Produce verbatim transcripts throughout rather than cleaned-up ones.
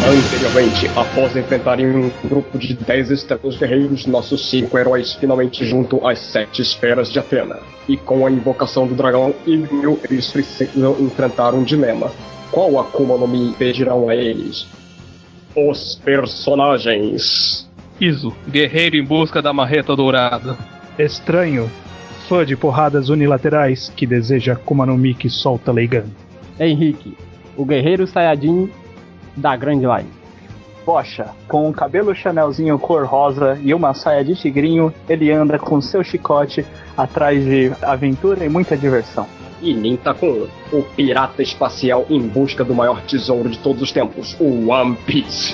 Anteriormente, após enfrentarem um grupo de dez extremos guerreiros, nossos cinco heróis finalmente juntam as sete esferas de Athena. E com a invocação do dragão Ygmil, eles precisam enfrentar um dilema. Qual Akuma no Mi pedirão a eles? Os personagens. Iso, guerreiro em busca da marreta dourada. Estranho, fã de porradas unilaterais que deseja Akuma no Mi que solta Leigan. Henrique, o guerreiro Saiyajin da Grand Line. Bocha, com um cabelo chanelzinho cor rosa e uma saia de tigrinho, ele anda com seu chicote atrás de aventura e muita diversão. E Nin Takun, o pirata espacial em busca do maior tesouro de todos os tempos, o One Piece.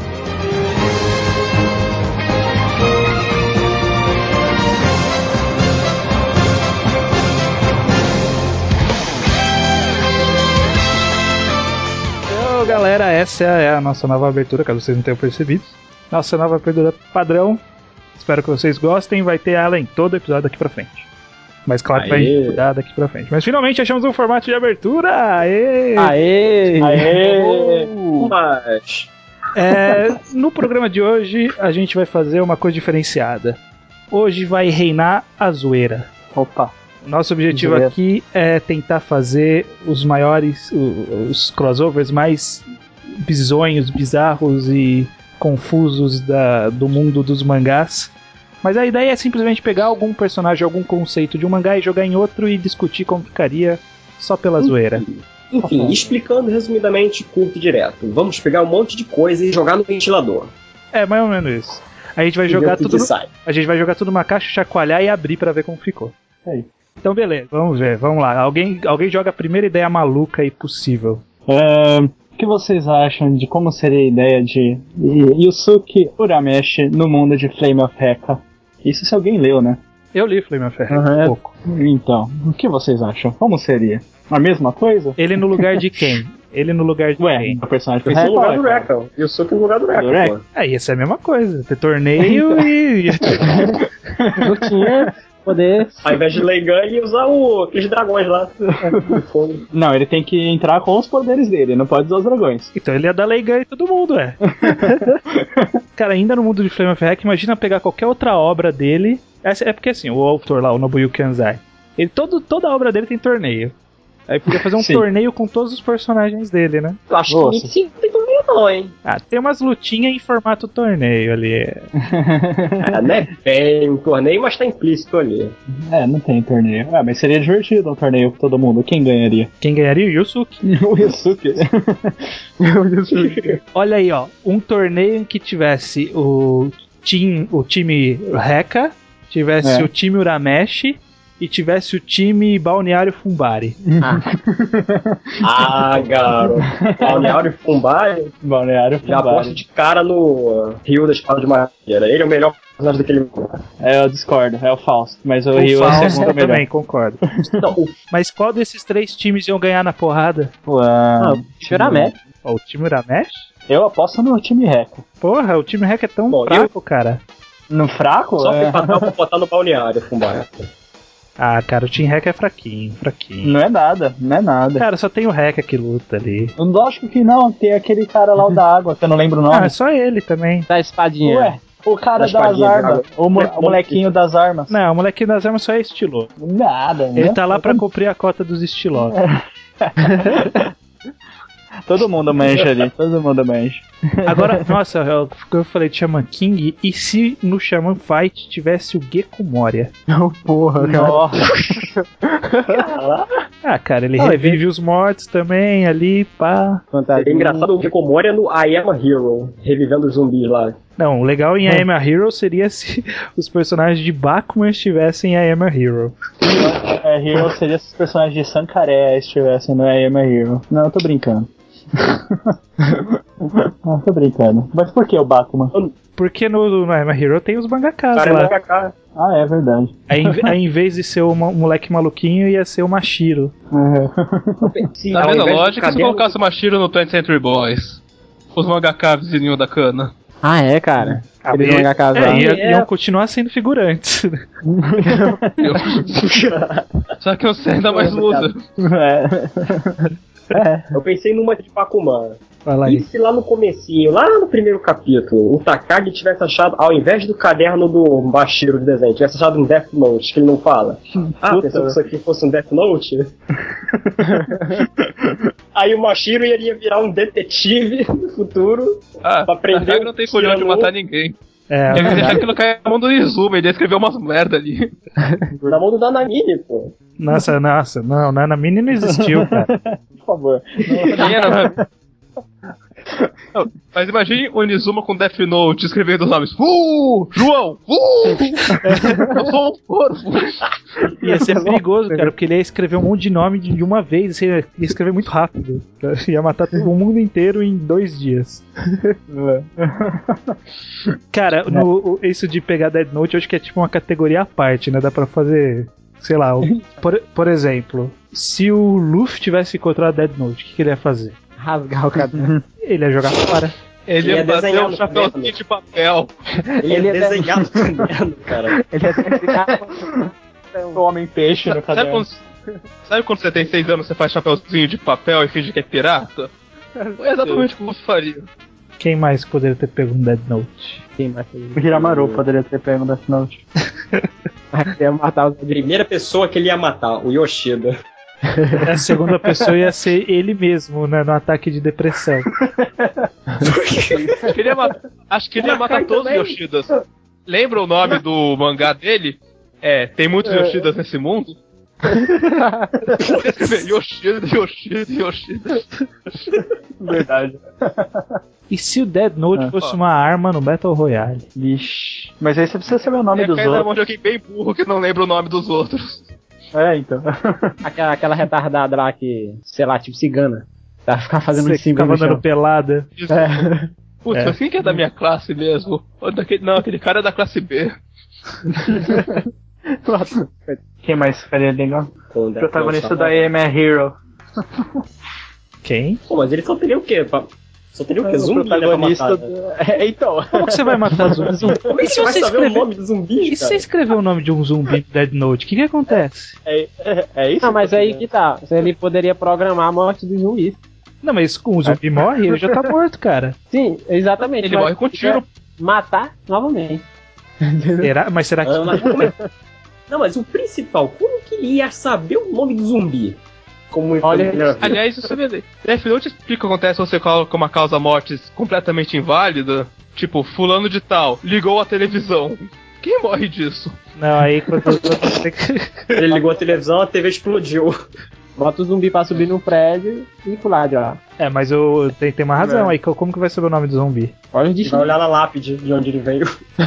Então, galera, essa é a nossa nova abertura, caso vocês não tenham percebido. Nossa nova abertura padrão. Espero que vocês gostem. Vai ter ela em todo episódio daqui pra frente. Mas claro que vai mudar daqui pra frente. Mas finalmente achamos um formato de abertura! Aê! Aê! Aê! Mas... É, no programa de hoje a gente vai fazer uma coisa diferenciada. Hoje vai reinar a zoeira. Opa! Nosso objetivo Zoeira. aqui é tentar fazer os maiores, os crossovers mais bizonhos, bizarros e confusos da, do mundo dos mangás. Mas a ideia é simplesmente pegar algum personagem, algum conceito de um mangá e jogar em outro e discutir como ficaria só pela zoeira. Enfim, explicando resumidamente, curto e direto. Vamos pegar um monte de coisa e jogar no ventilador. É, mais ou menos isso. A gente vai jogar tudo no, a gente vai jogar tudo numa caixa, chacoalhar e abrir pra ver como ficou. É isso. Então beleza, vamos ver, vamos lá. Alguém, alguém joga a primeira ideia maluca e possível. É, o que vocês acham de como seria a ideia de Yusuke Urameshi no mundo de Flame of Heka? Isso se alguém leu, né? Eu li Flame of Heka, Uhum, um pouco. Então, o que vocês acham? Como seria? A mesma coisa? Ele no lugar de quem? Ele no lugar de Ué, quem? o personagem Esse é no lugar do Heka. Rekka. Eu sou que no lugar do Rekka, Do Rekka? pô. É, ia ser a mesma coisa. Ter torneio e... Lutinha, poder... Ao invés de Leigan, ele ia usar o, aqueles dragões lá. Não, ele tem que entrar com os poderes dele, não pode usar os dragões. Então ele ia dar Leigan e todo mundo, é. Cara, ainda no mundo de Flame of Heka, imagina pegar qualquer outra obra dele. Essa, é porque assim, o autor lá, o Nobuyuki Kanzai, ele, todo, toda a obra dele tem torneio. Aí podia fazer um Sim. torneio com todos os personagens dele, né? Eu acho Nossa. que sim, não tem torneio não, hein? Ah, tem umas lutinhas em formato torneio ali. É, não é bem um torneio, mas tá implícito ali. É, não tem torneio. Ah, mas seria divertido um torneio com todo mundo. Quem ganharia? Quem ganharia? O Yusuke. O Yusuke. O Yusuke. Olha aí, ó. Um torneio em que tivesse o, team, o time Heka, tivesse É. o time Urameshi e tivesse o time Balneário Fumbari. Ah, garoto. Balneário Fumbari Balneário já aposta Fumbari. de cara no uh, Rio da Espada de Madeira. Ele é o melhor personagem daquele mundo. É, eu discordo, é o Fausto. Mas o, O Rio é o Fausto segundo melhor. também, concordo. Não, o Mas qual desses três times iam ganhar na porrada? Ué, Churamé. Ó, o time Urameshi? eu aposto no time Reco. Porra, o time Heka é tão Bom, fraco, cara. No fraco? só é... tem papel pra botar no Balneário Fumbari. Ah, cara, o Team Heka é fraquinho, fraquinho. Não é nada, não é nada. Cara, só tem o Heka que luta ali. Lógico que não, tem aquele cara lá o da água, que eu não lembro o nome. Ah, é só ele também. Da espadinha. Ué, o cara Das das espadinhas de armas, água. o, mo- o molequinho das armas. Não, o molequinho das armas só é estiloso. Nada, Ele né? tá lá pra cumprir a cota dos estilosos. Todo mundo manja ali, todo mundo manja. Agora, nossa, eu, eu falei de Shaman King, e se no Shaman Fight tivesse o Gekko Moria? Porra, Nossa. Ah, cara, ele Ah, revive os mortos também ali, pá. É engraçado o Gekomori no I Am a Hero, revivendo os zumbis lá. Não, o legal em I Am a Hero seria se os personagens de Bakuman estivessem em I Am a Hero. É, Hero seria se os personagens de Sankaré estivessem no I Am a Hero. Não, eu tô brincando. Não, tô brincando. Mas por que o Bakuman? Porque no, no I Am a Hero tem os mangakas Cara, é lá. mangaka. Ah, é verdade. Aí, em ve- aí, em vez de ser o ma- moleque maluquinho, ia ser o Mashiro. Sim, Tá ao vendo a invés do lógica se cabelo- colocasse o Mashiro no twentieth Century Boys? Os mangaka vizinho da cana. Ah, é, cara? Ah, Eles vão É, casar. ia- é. iam continuar sendo figurantes. Eu- Só que eu sei ainda mais muda. É. Eu pensei numa de Bakuman. Fala E aí. se lá no comecinho, lá no primeiro capítulo, o Takagi tivesse achado, ao invés do caderno do Bashiro de desenho, tivesse achado um Death Note, que ele não fala. Ah, Puta. pensou que isso aqui fosse um Death Note? Aí o Bashiro iria virar um detetive no futuro. Ah, Pra prender Takagi o não tem colhão de Cyanuro. matar ninguém. É, Ele deixar aquilo cair na mão do Izuma, ele ia escrever umas merda ali. Na mão do Danamine, pô. nossa, nossa, não, Nanamine não existiu, cara. Por favor. Nem era, né? Não, mas imagine o Inizuma com Death Note escrevendo os nomes. Uh! João! Uh! Eu sou um corvo! Ia ser perigoso, cara, porque ele ia escrever um monte de nome de de uma vez, assim, ia escrever muito rápido. Ia matar todo o mundo inteiro em dois dias. Cara, no, o- isso de pegar Dead Note, eu acho que é tipo uma categoria à parte, né? Dá pra fazer, sei lá, o- por, por exemplo, se o Luffy tivesse encontrado Dead Note, o que, que ele ia fazer? Rasgar o cabelo. Ele ia jogar fora. Ele Ele ia ia fazer desenhar um no chapéuzinho caderno. de papel. Ele Ele ia é desenhar no caderno, cara. Ele ia ficar. O Homem-Peixe no Sabe caderno. quando, sabe quando você tem seis anos você faz chapéuzinho de papel e finge que é pirata? Foi exatamente como eu faria. Quem mais poderia ter pego um Dead Note? Quem mais fez O Hiramaru poderia ter pego um Death Note. isso? Ia matar os Primeira pessoa que ele ia matar, o Yoshida. A segunda pessoa ia ser ele mesmo, né? No ataque de depressão. Acho que ele ia matar, acho que ele ia matar todos os Yoshidas. Lembra o nome do mangá dele? É, tem muitos Yoshidas nesse mundo? Escrever Yoshida, Yoshida, Yoshida. Verdade. E se o Dead Note Ah. fosse uma arma no Battle Royale? Vixe. Mas aí você precisa saber o nome Ia dos cair na outros. mão de alguém bem burro que não lembra o nome dos outros. É, então. Aquela, aquela retardada lá que, sei lá, tipo cigana. Tá ficar fazendo Você um símbolo ficava no andando chão. pelada. É. Putz, É. mas quem que é da minha classe mesmo? Ou daquele, não, aquele cara é da classe B. Quem mais ficaria legal? Com o O Death protagonista Note, da tá? A M é Hero. Quem? Pô, mas ele só teria o quê? Pra... Só teria o quê? O Zumbi, né, pra protagonista. matar, né? do- É, então. Como que você vai matar zumbi? Como é que se você vai você saber escrever- o nome do zumbi, E se você cara? escrever o nome de um zumbi do Dead Note, o que que acontece? É, é, é isso? Não, mas que eu aí tô que tá. Ele poderia programar a morte do juiz. Não, mas com o zumbi morre, ele já tá morto, cara. Sim, exatamente. Ele mas morre com tiro. Matar novamente. Será? Mas será que. Ah, mas como é- Não, mas o principal, como que ele ia saber o nome do zumbi? Como ele Olha, foi a primeira vez? Aliás, você vê, Death Note explica o que acontece se você coloca uma causa morte completamente inválida. Tipo, fulano de tal, ligou a televisão. Quem morre disso? Não, aí quando eu tem que. Ele ligou a televisão, a T V explodiu. Bota o zumbi pra subir no prédio e pular de lá. É, mas eu tem, tem uma razão É. aí. Como que vai saber o nome do zumbi? Olha o Ele vai destino. olhar na lápide de onde ele veio.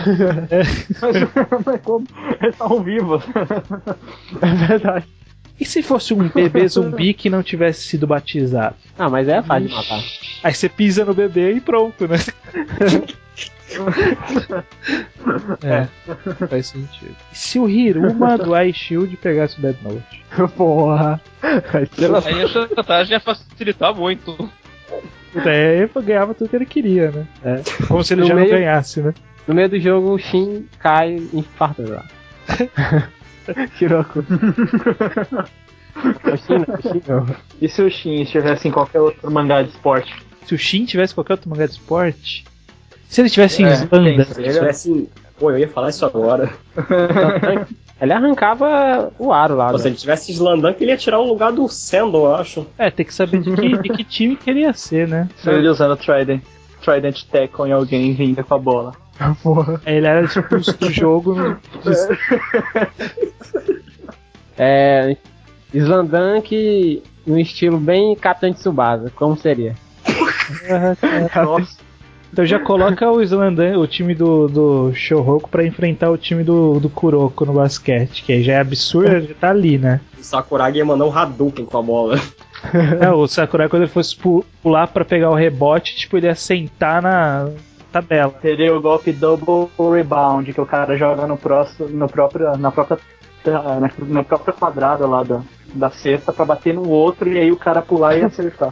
Mas como? Eles estavam vivos. É verdade. E se fosse um bebê zumbi que não tivesse sido batizado? Ah, mas é fácil de matar. Aí você pisa no bebê e pronto, né? É, faz sentido. E se o Hiruma do Ice Shield pegasse o Dead Note? Porra. Aí a chantagem ia facilitar muito. Puta, aí eu ganhava tudo que ele queria, né? É. Como se ele No já meio- não ganhasse, né? No meio do jogo, o Shin cai infartado lá. Tiroko. O Shin não, o Shin não. E se o Shin estivesse em qualquer outro mangá de esporte? Se o Shin tivesse qualquer outro mangá de esporte. Se ele tivesse em É, Islândia. pensa. Se ele tivesse. Pô, eu ia falar isso agora. Ele arrancava o aro lá. Pô, se né? ele tivesse Islandan, que ele ia tirar o lugar do Sandor, eu acho. É, tem que saber de que, de que time que ele ia ser, né? Se ele usando Trident, Trident Tackle em alguém vindo com a bola. Ele era expulso do jogo. no- É. Slandank num estilo bem Capitão de Tsubasa. Como seria? Nossa. Então já coloca o Slandan, o time do, do Shouhoku pra enfrentar o time do, do Kuroko no basquete, que aí já é absurdo, já tá ali, né? O Sakuragi ia mandar um Hadouken com a bola. É, o Sakurai, quando ele fosse pu- pular pra pegar o rebote, tipo, ele ia sentar na tabela. Teria o golpe Double Rebound, que o cara joga no, próximo, no próprio, na própria na, na própria quadrada lá da, da cesta pra bater no outro e aí o cara pular e acertar.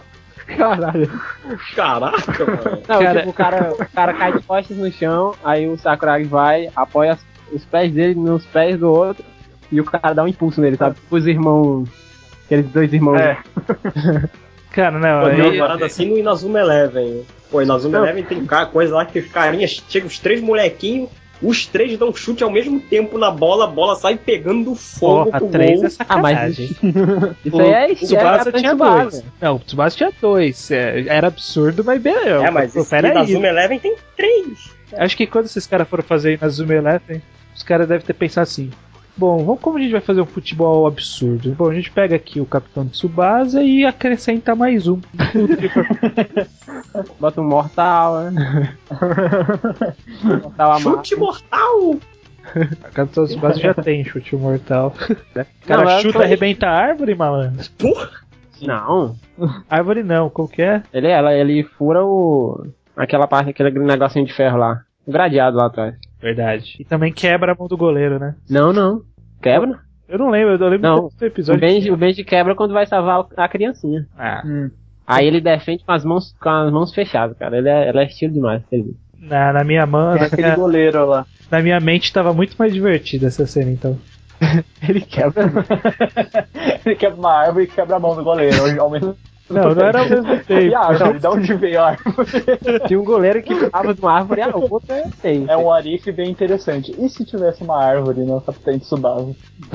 Caralho. Caraca, mano. Não, Cara- tipo, o cara, o cara cai de costas no chão, aí o Sakuragi vai, apoia as- os pés dele nos pés do outro, e o cara dá um impulso nele, sabe? Tipo os irmãos. Aqueles dois irmãos. É. Cara, não, Pô, tem uma aí, parada assim no Inazuma Eleven. Pô, Inazuma Não. Eleven tem ca- coisa lá que os carinhas chegam, os três molequinhos, os três dão um chute ao mesmo tempo na bola, a bola sai pegando fogo porra, pro três gol. é sacanagem. Isso aí é O Tsubasa tinha Tsubasa. dois. Não, o Tsubasa tinha dois. É, era absurdo, mas bem. É, mas esse pera aí. Inazuma Eleven tem três. Acho que quando esses caras foram fazer na Zoom Eleven, os caras devem ter pensado assim: bom, vamos, como a gente vai fazer um futebol absurdo? Bom, a gente pega aqui o Capitão Tsubasa e acrescenta mais um. Bota um mortal, né? Mortal amado. Chute mortal! O Capitão Tsubasa já tem chute mortal. O cara Não, eu chuta tô- e arrebenta a árvore, malandro. Não. Árvore não, qual que é? Ele, ela, ele fura o. Aquela parte, aquele negocinho de ferro lá. O gradeado lá atrás. Verdade. E também quebra a mão do goleiro, né? Não, não. Quebra? Eu não lembro, eu lembro Não. do O episódio. Benji, o Benji quebra quando vai salvar a criancinha. Ah, Aí ele defende com as mãos, com as mãos fechadas, cara. Ele é, ele é estilo demais. Ele... na, na minha mão, Tem na aquele minha, goleiro lá. na minha mente tava muito mais divertida essa cena, então. ele quebra. Ele quebra uma árvore e quebra a mão do goleiro. Ao mesmo... Não, não era ao mesmo E tempo. a árvore? De onde veio a árvore? Tinha um goleiro que tava de uma árvore, ah, o outro é tem. É um arife bem interessante. E se tivesse uma árvore no Capitão Tsubasa?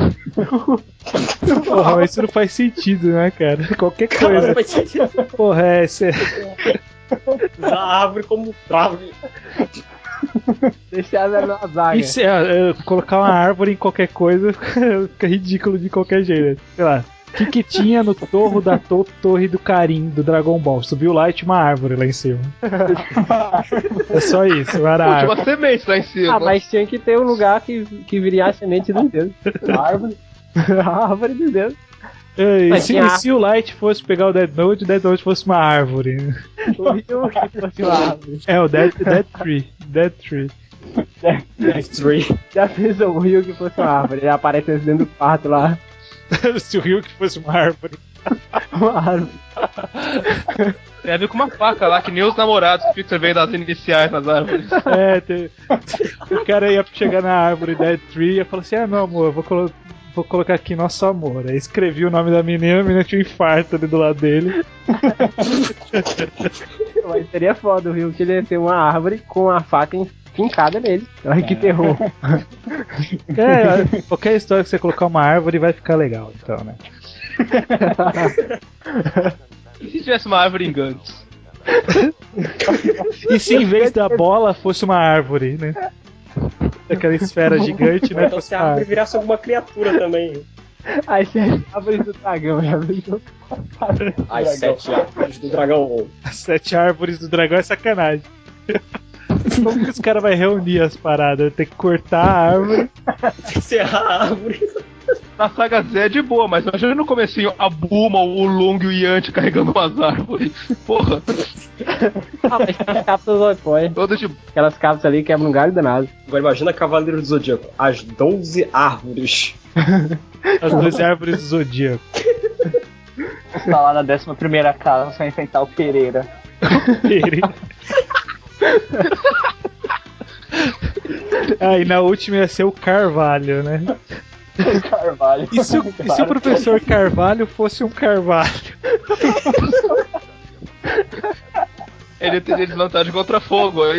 Porra, mas isso não faz sentido, né, cara? Qualquer coisa. Vai ser Porra, é. Cê... usar a árvore como trave. Deixar ela na zaga. Isso, é, é, colocar uma árvore em qualquer coisa fica ridículo de qualquer jeito. Sei lá. O que, que tinha no torro da to torre do Karin do Dragon Ball? Subiu lá e tinha uma árvore lá em cima. É só isso, não era Pô, tinha árvore. uma semente lá em cima. Ah, mas tinha que ter um lugar que, que viria a semente dos deuses. A árvore? A árvore dos deuses. É, e, Mas se, tinha e se o Light fosse pegar o Dead Note, o Dead Note fosse uma árvore? O rio que fosse uma árvore. É, o Dead, Dead Tree. Dead Tree. Three. Já fez o rio que fosse uma árvore. Ele aparece dentro do quarto lá. Se o rio que fosse uma árvore. Uma árvore. Tem a ver com uma faca lá, que nem os namorados que ficam vendo as iniciais nas árvores. É, tem... o cara ia chegar na árvore Dead Tree e ia falar assim: ah, não, amor, vou, colo vou colocar aqui nosso amor. Aí escrevi o nome da menina, a menina tinha um infarto ali do lado dele. Mas seria foda o rio que ele ia ser uma árvore com a faca fincada nele. Ai, que terror. É, qualquer história que você colocar uma árvore vai ficar legal, então, né? E se tivesse uma árvore em Gantz? E se em vez da bola fosse uma árvore, né? Aquela esfera gigante, Ou né? então Fosse se a uma árvore árvore. virasse alguma criatura também. Aí você árvore do dragão, já viu? As sete árvores do dragão. As sete árvores do dragão é sacanagem. Como que os caras vão reunir as paradas? Tem que cortar a árvore. Encerrar a árvore. Na saga Z é de boa, mas imagina no comecinho a Buma, o Long e o Yanti carregando umas árvores. Porra, Ah, mas tem as cápsulas Oipoi. todas de... Aquelas cápsulas ali quebram um galho danado. Agora imagina Cavaleiro do Zodíaco. As doze árvores. As doze árvores do Zodíaco. Você tá lá na décima primeira casa, você vai enfrentar o Pereira. Ah, e na última ia ser o Carvalho, né? Carvalho. E se o, e se o professor Carvalho fosse um Carvalho? Ele teria desvantagem contra fogo aí.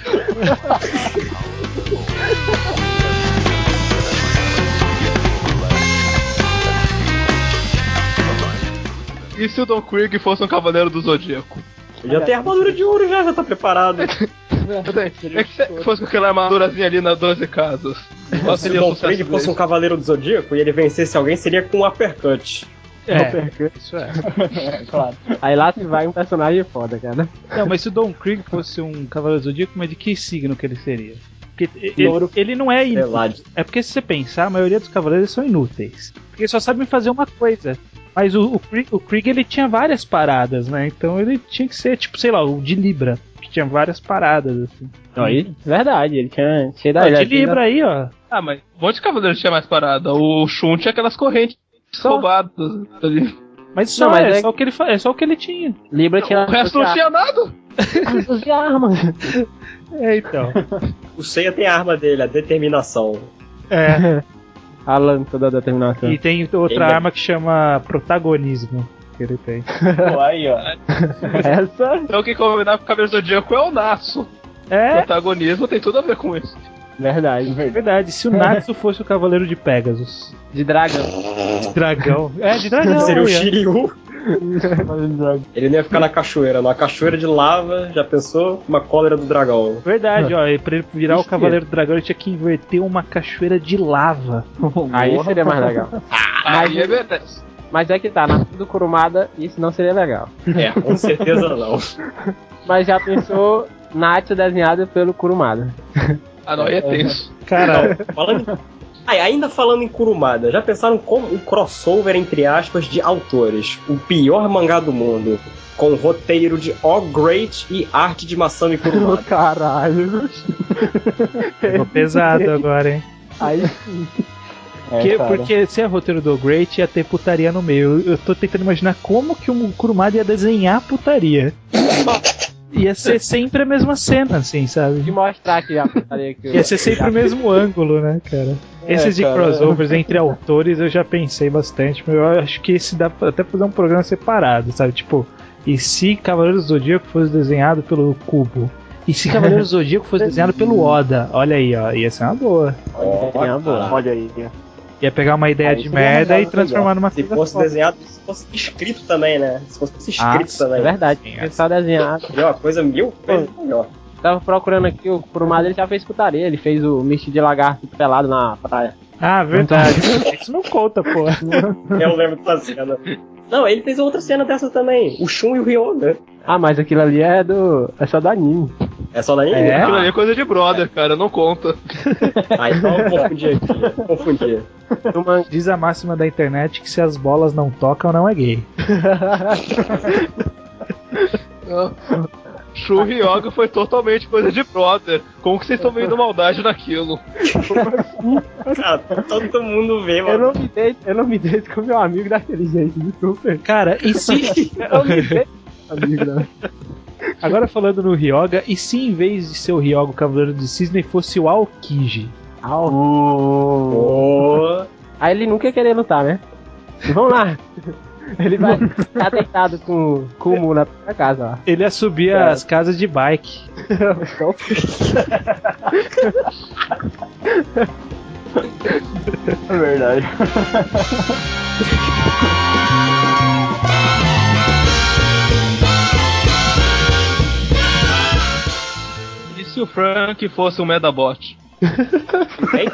E se o Don Krieg fosse um cavaleiro do Zodíaco? Já tem armadura de ouro, já, já tá preparado. É que se fosse com aquela armadurazinha ali nas doze casas. Qual Se seria o o Don sucesso Krieg fosse um dele? Cavaleiro do Zodíaco e ele vencesse alguém, seria com um uppercut. É, isso é. É, claro. Aí lá se vai um personagem foda, cara. Não, mas se o Don Krieg fosse um Cavaleiro do Zodíaco, mas de que signo que ele seria? Porque ele, Louro. ele não é Sei inútil. lá. É porque se você pensar, a maioria dos cavaleiros são inúteis. Porque só sabem fazer uma coisa. Mas o, o, Krieg, o Krieg, ele tinha várias paradas, né? Então ele tinha que ser, tipo, sei lá, o de Libra. Que tinha várias paradas, assim. Aí, verdade, ele tinha cheio da Ó, ele de tinha- Libra aí, ó. Ah, mas um monte de cavaleiro tinha mais parada. O Shun tinha aquelas correntes Só. roubadas ali. Mas só, Não, mas é, é- só o que ele fa... é só o que ele tinha. Libra tinha O resto não tinha nada. as de armas. É, então. O Seiya tem a arma dele, a determinação. É. A lança da determinação. E tem outra Ele é- arma que chama protagonismo. Que ele tem. Pô, aí, ó. Essa. Então quem combinar com o Cavaleiro do Zodíaco é o Natsu. É, Protagonismo tem tudo a ver com isso. Verdade. é verdade. Se o Natsu fosse o Cavaleiro de Pegasus. De dragão. De dragão. É, de dragão. Seria o aí, ó. Shiryu. Ele não ia ficar na cachoeira, numa cachoeira de lava, já pensou? Uma cólera do dragão. Verdade, ó. E pra ele virar o Ixi. Cavaleiro do Dragão, ele tinha que inverter uma cachoeira de lava. Aí seria mais legal. Aí é verdade. Mas é que tá, na do Kurumada, isso não seria legal. É, com certeza não. Mas já pensou Natsu desenhado pelo Kurumada? Ah, não, aí é tenso. Cara, Falando em... Ai, ainda falando em Kurumada, já pensaram como um crossover, entre aspas, de autores? O pior mangá do mundo, com roteiro de All Great e arte de Masami Kurumada. Caralho. pegou pesado agora, hein? Aí sim. Porque, É, cara. porque se é roteiro do Great, ia ter putaria no meio. Eu, eu tô tentando imaginar como que o Kurumada ia desenhar putaria. Ia ser sempre a mesma cena, assim, De sabe? mostrar que a putaria que eu... Ia ser sempre o mesmo ângulo, né, cara? É, Esses de cara. crossovers entre autores eu já pensei bastante, mas eu acho que esse dá pra até fazer um programa separado, sabe? Tipo, e se Cavaleiros do Zodíaco fosse desenhado pelo Kubo? E se Cavaleiros do Zodíaco fosse desenhado pelo Oda? Olha aí, ó, ia ser uma boa. Seria boa. Olha aí. Ia pegar uma ideia Aí de seria merda legal, e transformar numa Se coisa fosse foda. desenhado, se fosse escrito também, né? Se fosse escrito Ah, também. É verdade, Sim, porque só desenhado. Seria uma coisa mil vezes melhor. Tava procurando aqui, o Kurumada ele já fez putaria, ele fez o Misty de lagarto pelado na praia. Ah, verdade. Isso não conta, pô. Eu lembro dessa cena. Não, ele fez outra cena dessa também. O Shun e o Ryoga. Ah, mas aquilo ali é do. é só do anime. É só da É? Aquilo ali é coisa de brother, cara, não conta. Ah, então eu confundi aqui. Confundi. Uma... Diz a máxima da internet que se as bolas não tocam, não é gay. Shun Ryoga foi totalmente coisa de brother. Como que vocês estão vendo maldade naquilo? Cara, todo mundo vê, Eu mano. não me deito, eu não me deito com meu amigo daquele jeito, desculpa. Cara, e se. Eu me deito com meu amigo, né? Agora falando no Ryoga, e se em vez de ser o Ryoga, o Cavaleiro de Cisne, fosse o Aokiji? Au. Ô, Aí ele nunca ia querer lutar, né? Vamos lá. Ele vai ficar deitado com o Kumu na tua casa lá. Ele ia subir É. as casas de bike. É verdade. E se o Frank fosse um Medabot? hein?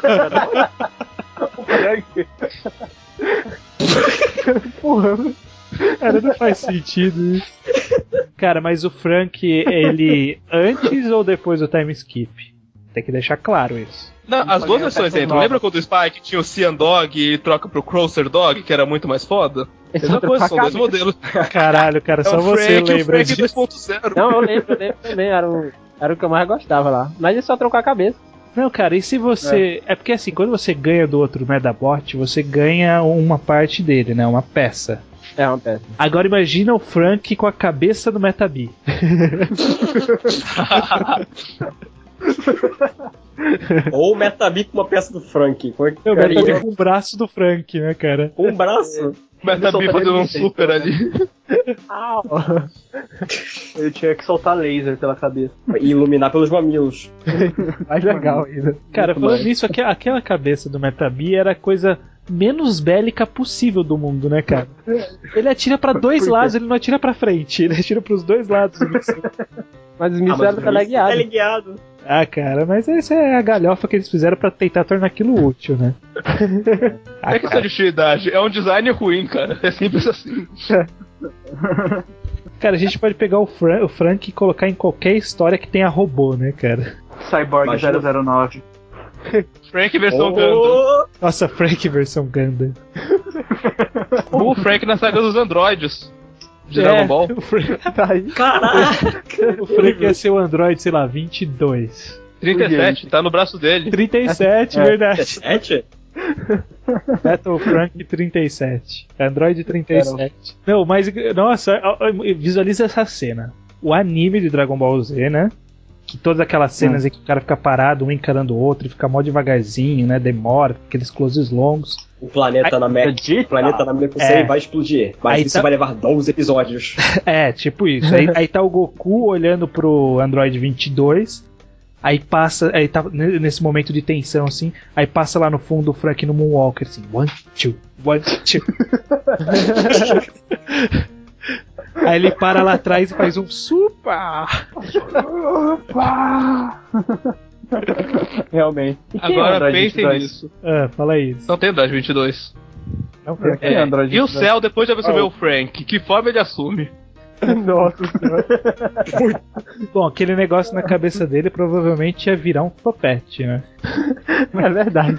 Porra. Cara, não faz sentido isso. Cara, mas o Frank, ele antes ou depois do time skip? Tem que deixar claro isso. Não, as duas versões entram. Lembra quando o Spike tinha o Cyan Dog e troca pro Crosser Dog, que era muito mais foda? Mesma coisa, são dois modelos. Caralho, cara, É só o você Frank e o lembra Frank disso. dois ponto zero. Não, eu lembro, eu lembro também, era o, era o que eu mais gostava lá. Mas é só trocar a cabeça. Não, cara, e se você... É. é porque assim, quando você ganha do outro Medabot, você ganha uma parte dele, né? Uma peça. É uma peça. Agora imagina o Frank com a cabeça do Metabi. Ou o Metabi com uma peça do Frank. Como é que O ficaria? Metabi com o braço do Frank, né, cara? Um braço. O Metabi fazendo um super ali. Au. Ele tinha que soltar laser pela cabeça. E iluminar pelos mamilos. Mais legal ainda. Cara, Muito falando mais. nisso, aquela, aquela cabeça do Metabi era a coisa menos bélica possível do mundo, né, cara? Ele atira pra dois Por quê? lados, ele não atira pra frente, ele atira pros dois lados. do míssil. Mas os Ah, mísseis mas eram o teleguiados. teleguiado. Ah, cara, mas essa é a galhofa que eles fizeram pra tentar tornar aquilo útil, né? É questão de utilidade, é um design ruim, cara. É simples assim. Cara, a gente pode pegar o, Fran- o Frank e colocar em qualquer história que tenha robô, né, cara? Cyborg Imagina. zero zero nove. Frank versão Gundam. Ô, Nossa, Frank versão Gundam. O Frank na saga dos androides. De É, Dragon Ball. O Frank, Tá aí. caraca! o Frank ia ser o Android, sei lá, vinte e dois. trinta e sete, tá no braço dele. trinta e sete, É. verdade. Sete? Battlefront trinta e sete. Android trinta e sete. Não, mas, nossa, visualiza essa cena. O anime de Dragon Ball Z, né? Que todas aquelas cenas hum. em que o cara fica parado, um encarando o outro, e fica mó devagarzinho, né? Demora, aqueles closes longos. O planeta aí, na Mecha, o planeta na Mecha é. vai explodir. Mas aí isso tá... vai levar doze episódios. É, tipo isso. Aí, aí tá o Goku olhando pro Android vinte e dois. Aí passa, aí tá nesse momento de tensão assim, aí passa lá no fundo o Frank no Moonwalker assim, one, two, one, two. Aí ele para lá atrás e faz um super. Realmente. Agora pensem nisso. Ah, fala isso. Não tem Android vinte e dois. Não tem. É. Android vinte e dois. E o Cell, depois de absorver oh. o Frank, que forma ele assume? Nossa senhora. Bom, aquele negócio na cabeça dele provavelmente ia virar um topete, né? É verdade.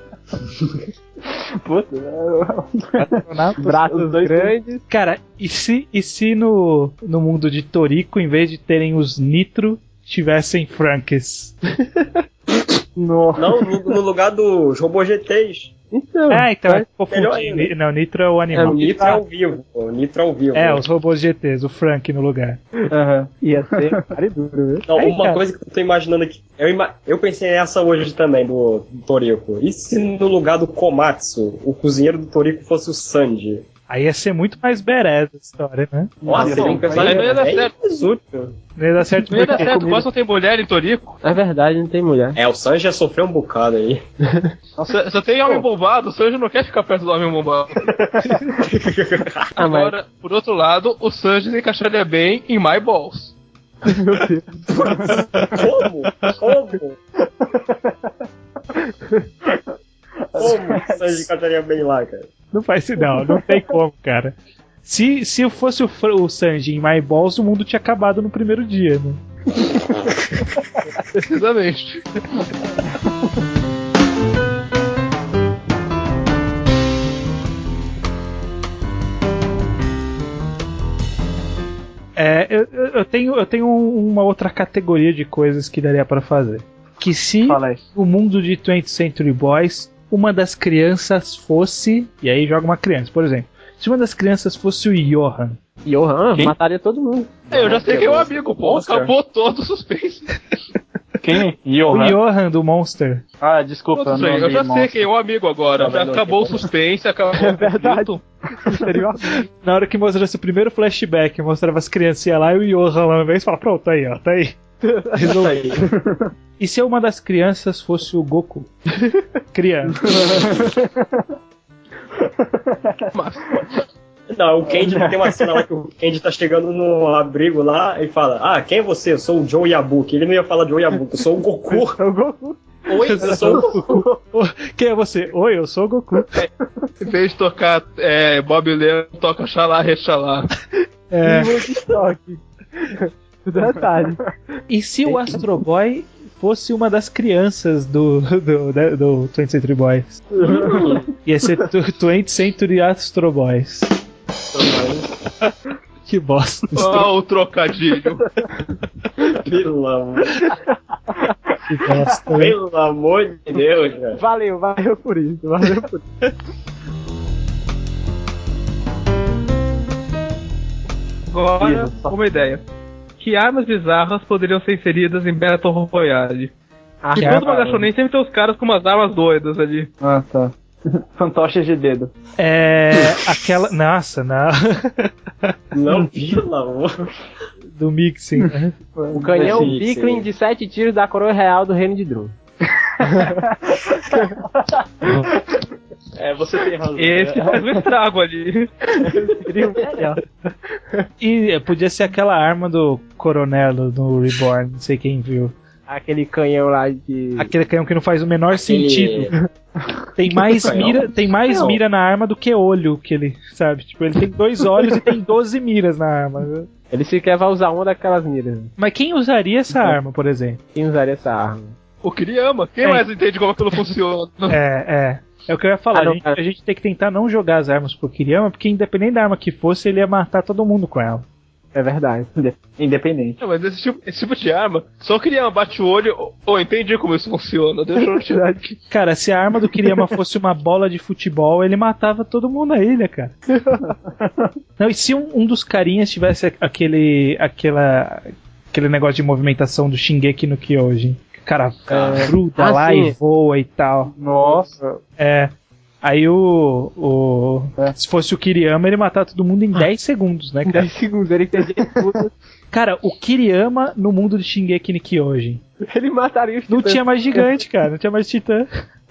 Puta, braços dois grandes. Cara, e se, e se no, no mundo de Toriko, em vez de terem os Nitro, tivessem Franks? No. Não, no, no lugar dos robôs G Ts. Então, é, então é confundido. Não, Nitro é o animal. É, o Nitro é ao vivo. O Nitro é ao vivo. É, né? Os robôs G Ts, o Frank no lugar. Aham. Uhum. Ia ser pare duro, viu? Não, Aí, uma cara. coisa que eu tô imaginando aqui. Eu, ima... eu pensei nessa hoje também, do, do Toriko. E se no lugar do Komatsu, o cozinheiro do Toriko fosse o Sanji? Aí ia ser muito mais badass a história, né? Nossa, seria um personagem não ia dar certo. Útil. Não ia dar certo. Não ia dar certo, quase não tem mulher em Toriko. É verdade, não tem mulher. É, o Sanji já sofreu um bocado aí. Só, só tem homem bombado, o Sanji não quer ficar perto do homem bombado. Agora, por outro lado, o Sanji se encaixaria bem em My Balls. Meu Deus. Como? Como? Como o Sanji encaixaria bem lá, cara? Não faz isso não, não tem como, cara. Se, se eu fosse o, o Sanji em My Balls, o mundo tinha acabado no primeiro dia, né? Precisamente. É, eu, eu, tenho, eu tenho uma outra categoria de coisas que daria pra fazer. Que se o mundo de twentieth Century Boys, uma das crianças fosse... E aí joga uma criança, por exemplo. Se uma das crianças fosse o Johan. Johan? Quem? Mataria todo mundo. É, eu já sei quem é o amigo, pô. Acabou todo o suspense. Quem? Johan? O Johan do Monster. Ah, desculpa. Não, eu já sei quem é o amigo agora. Já acabou o suspense, acabou é verdade. o Na hora que mostrasse o primeiro flashback, mostrava as criancinhas lá e o Johan lá no meio e fala, pronto, aí ó, tá aí. Resolvi. E se uma das crianças fosse o Goku? Criança. Não, o Kenji tem uma cena lá que o Kenji tá chegando no abrigo lá e fala: Ah, quem é você? Eu sou o Joe Yabuki. Ele não ia falar Joe Yabuki, eu sou o Goku. É o Goku. Oi, eu sou o Goku. Quem é você? Oi, eu sou o Goku. É, em vez de tocar é, Bob Leão, toca Xalá, Rexalá. É. Detalhe. E se o Astro Boy fosse uma das crianças do, do, do, do twentieth Century Boys? Ia ser twentieth Century Astro Boys. Que bosta. Ó, oh, o trocadilho. Pelo amor. Que bosta. Pelo amor de Deus, cara. Valeu, valeu por isso. Valeu por isso. Agora, uma ideia. Que armas bizarras poderiam ser inseridas em Battle Royale? Ah, que todo Magachonen sempre tem os caras com umas armas doidas ali. Ah, tá. Fantoches de dedo. É. Aquela. Nossa, não. Não, pelo amor. Do Mixing, né? O canhão Bicklin de sete tiros da coroa real do reino de Drum. É, você tem razão. Esse faz um estrago ali. E podia ser aquela arma do Coronelo do Reborn, não sei quem viu. Aquele canhão lá de... Aquele canhão que não faz o menor Aquele... sentido. Tem mais mira, tem mais mira na arma do que olho, que ele, sabe? Tipo, ele tem dois olhos e tem doze miras na arma. Ele sequer vai usar uma daquelas miras. Mas quem usaria essa então, arma, por exemplo? Quem usaria essa arma? O Kiriyama. Quem é. mais entende como aquilo funciona? É, é. É o que eu ia falar. Ah, não, a, gente, a gente tem que tentar não jogar as armas pro Kiriyama, porque independente da arma que fosse, ele ia matar todo mundo com ela. É verdade. Independente. Não, mas esse tipo, esse tipo de arma, só o Kiriyama bate o olho, ou oh, entendi como isso funciona, deixa eu tirar aqui. Cara, se a arma do Kiriyama fosse uma bola de futebol, ele matava todo mundo na ilha, cara. Não, e se um, um dos carinhas tivesse aquele, aquela, aquele negócio de movimentação do Shingeki no Kyojin? Que o cara é, gruda ah, lá sim. e voa e tal. Nossa. É... Aí o. o é. Se fosse o Kiriyama, ele matava todo mundo em dez segundos, né, cara? dez segundos, ele entendia tudo. Cara, o Kiriyama no mundo de Shingeki no Kyojin. Ele mataria os titãs. Não tinha mais gigante, cara. Não tinha mais titã.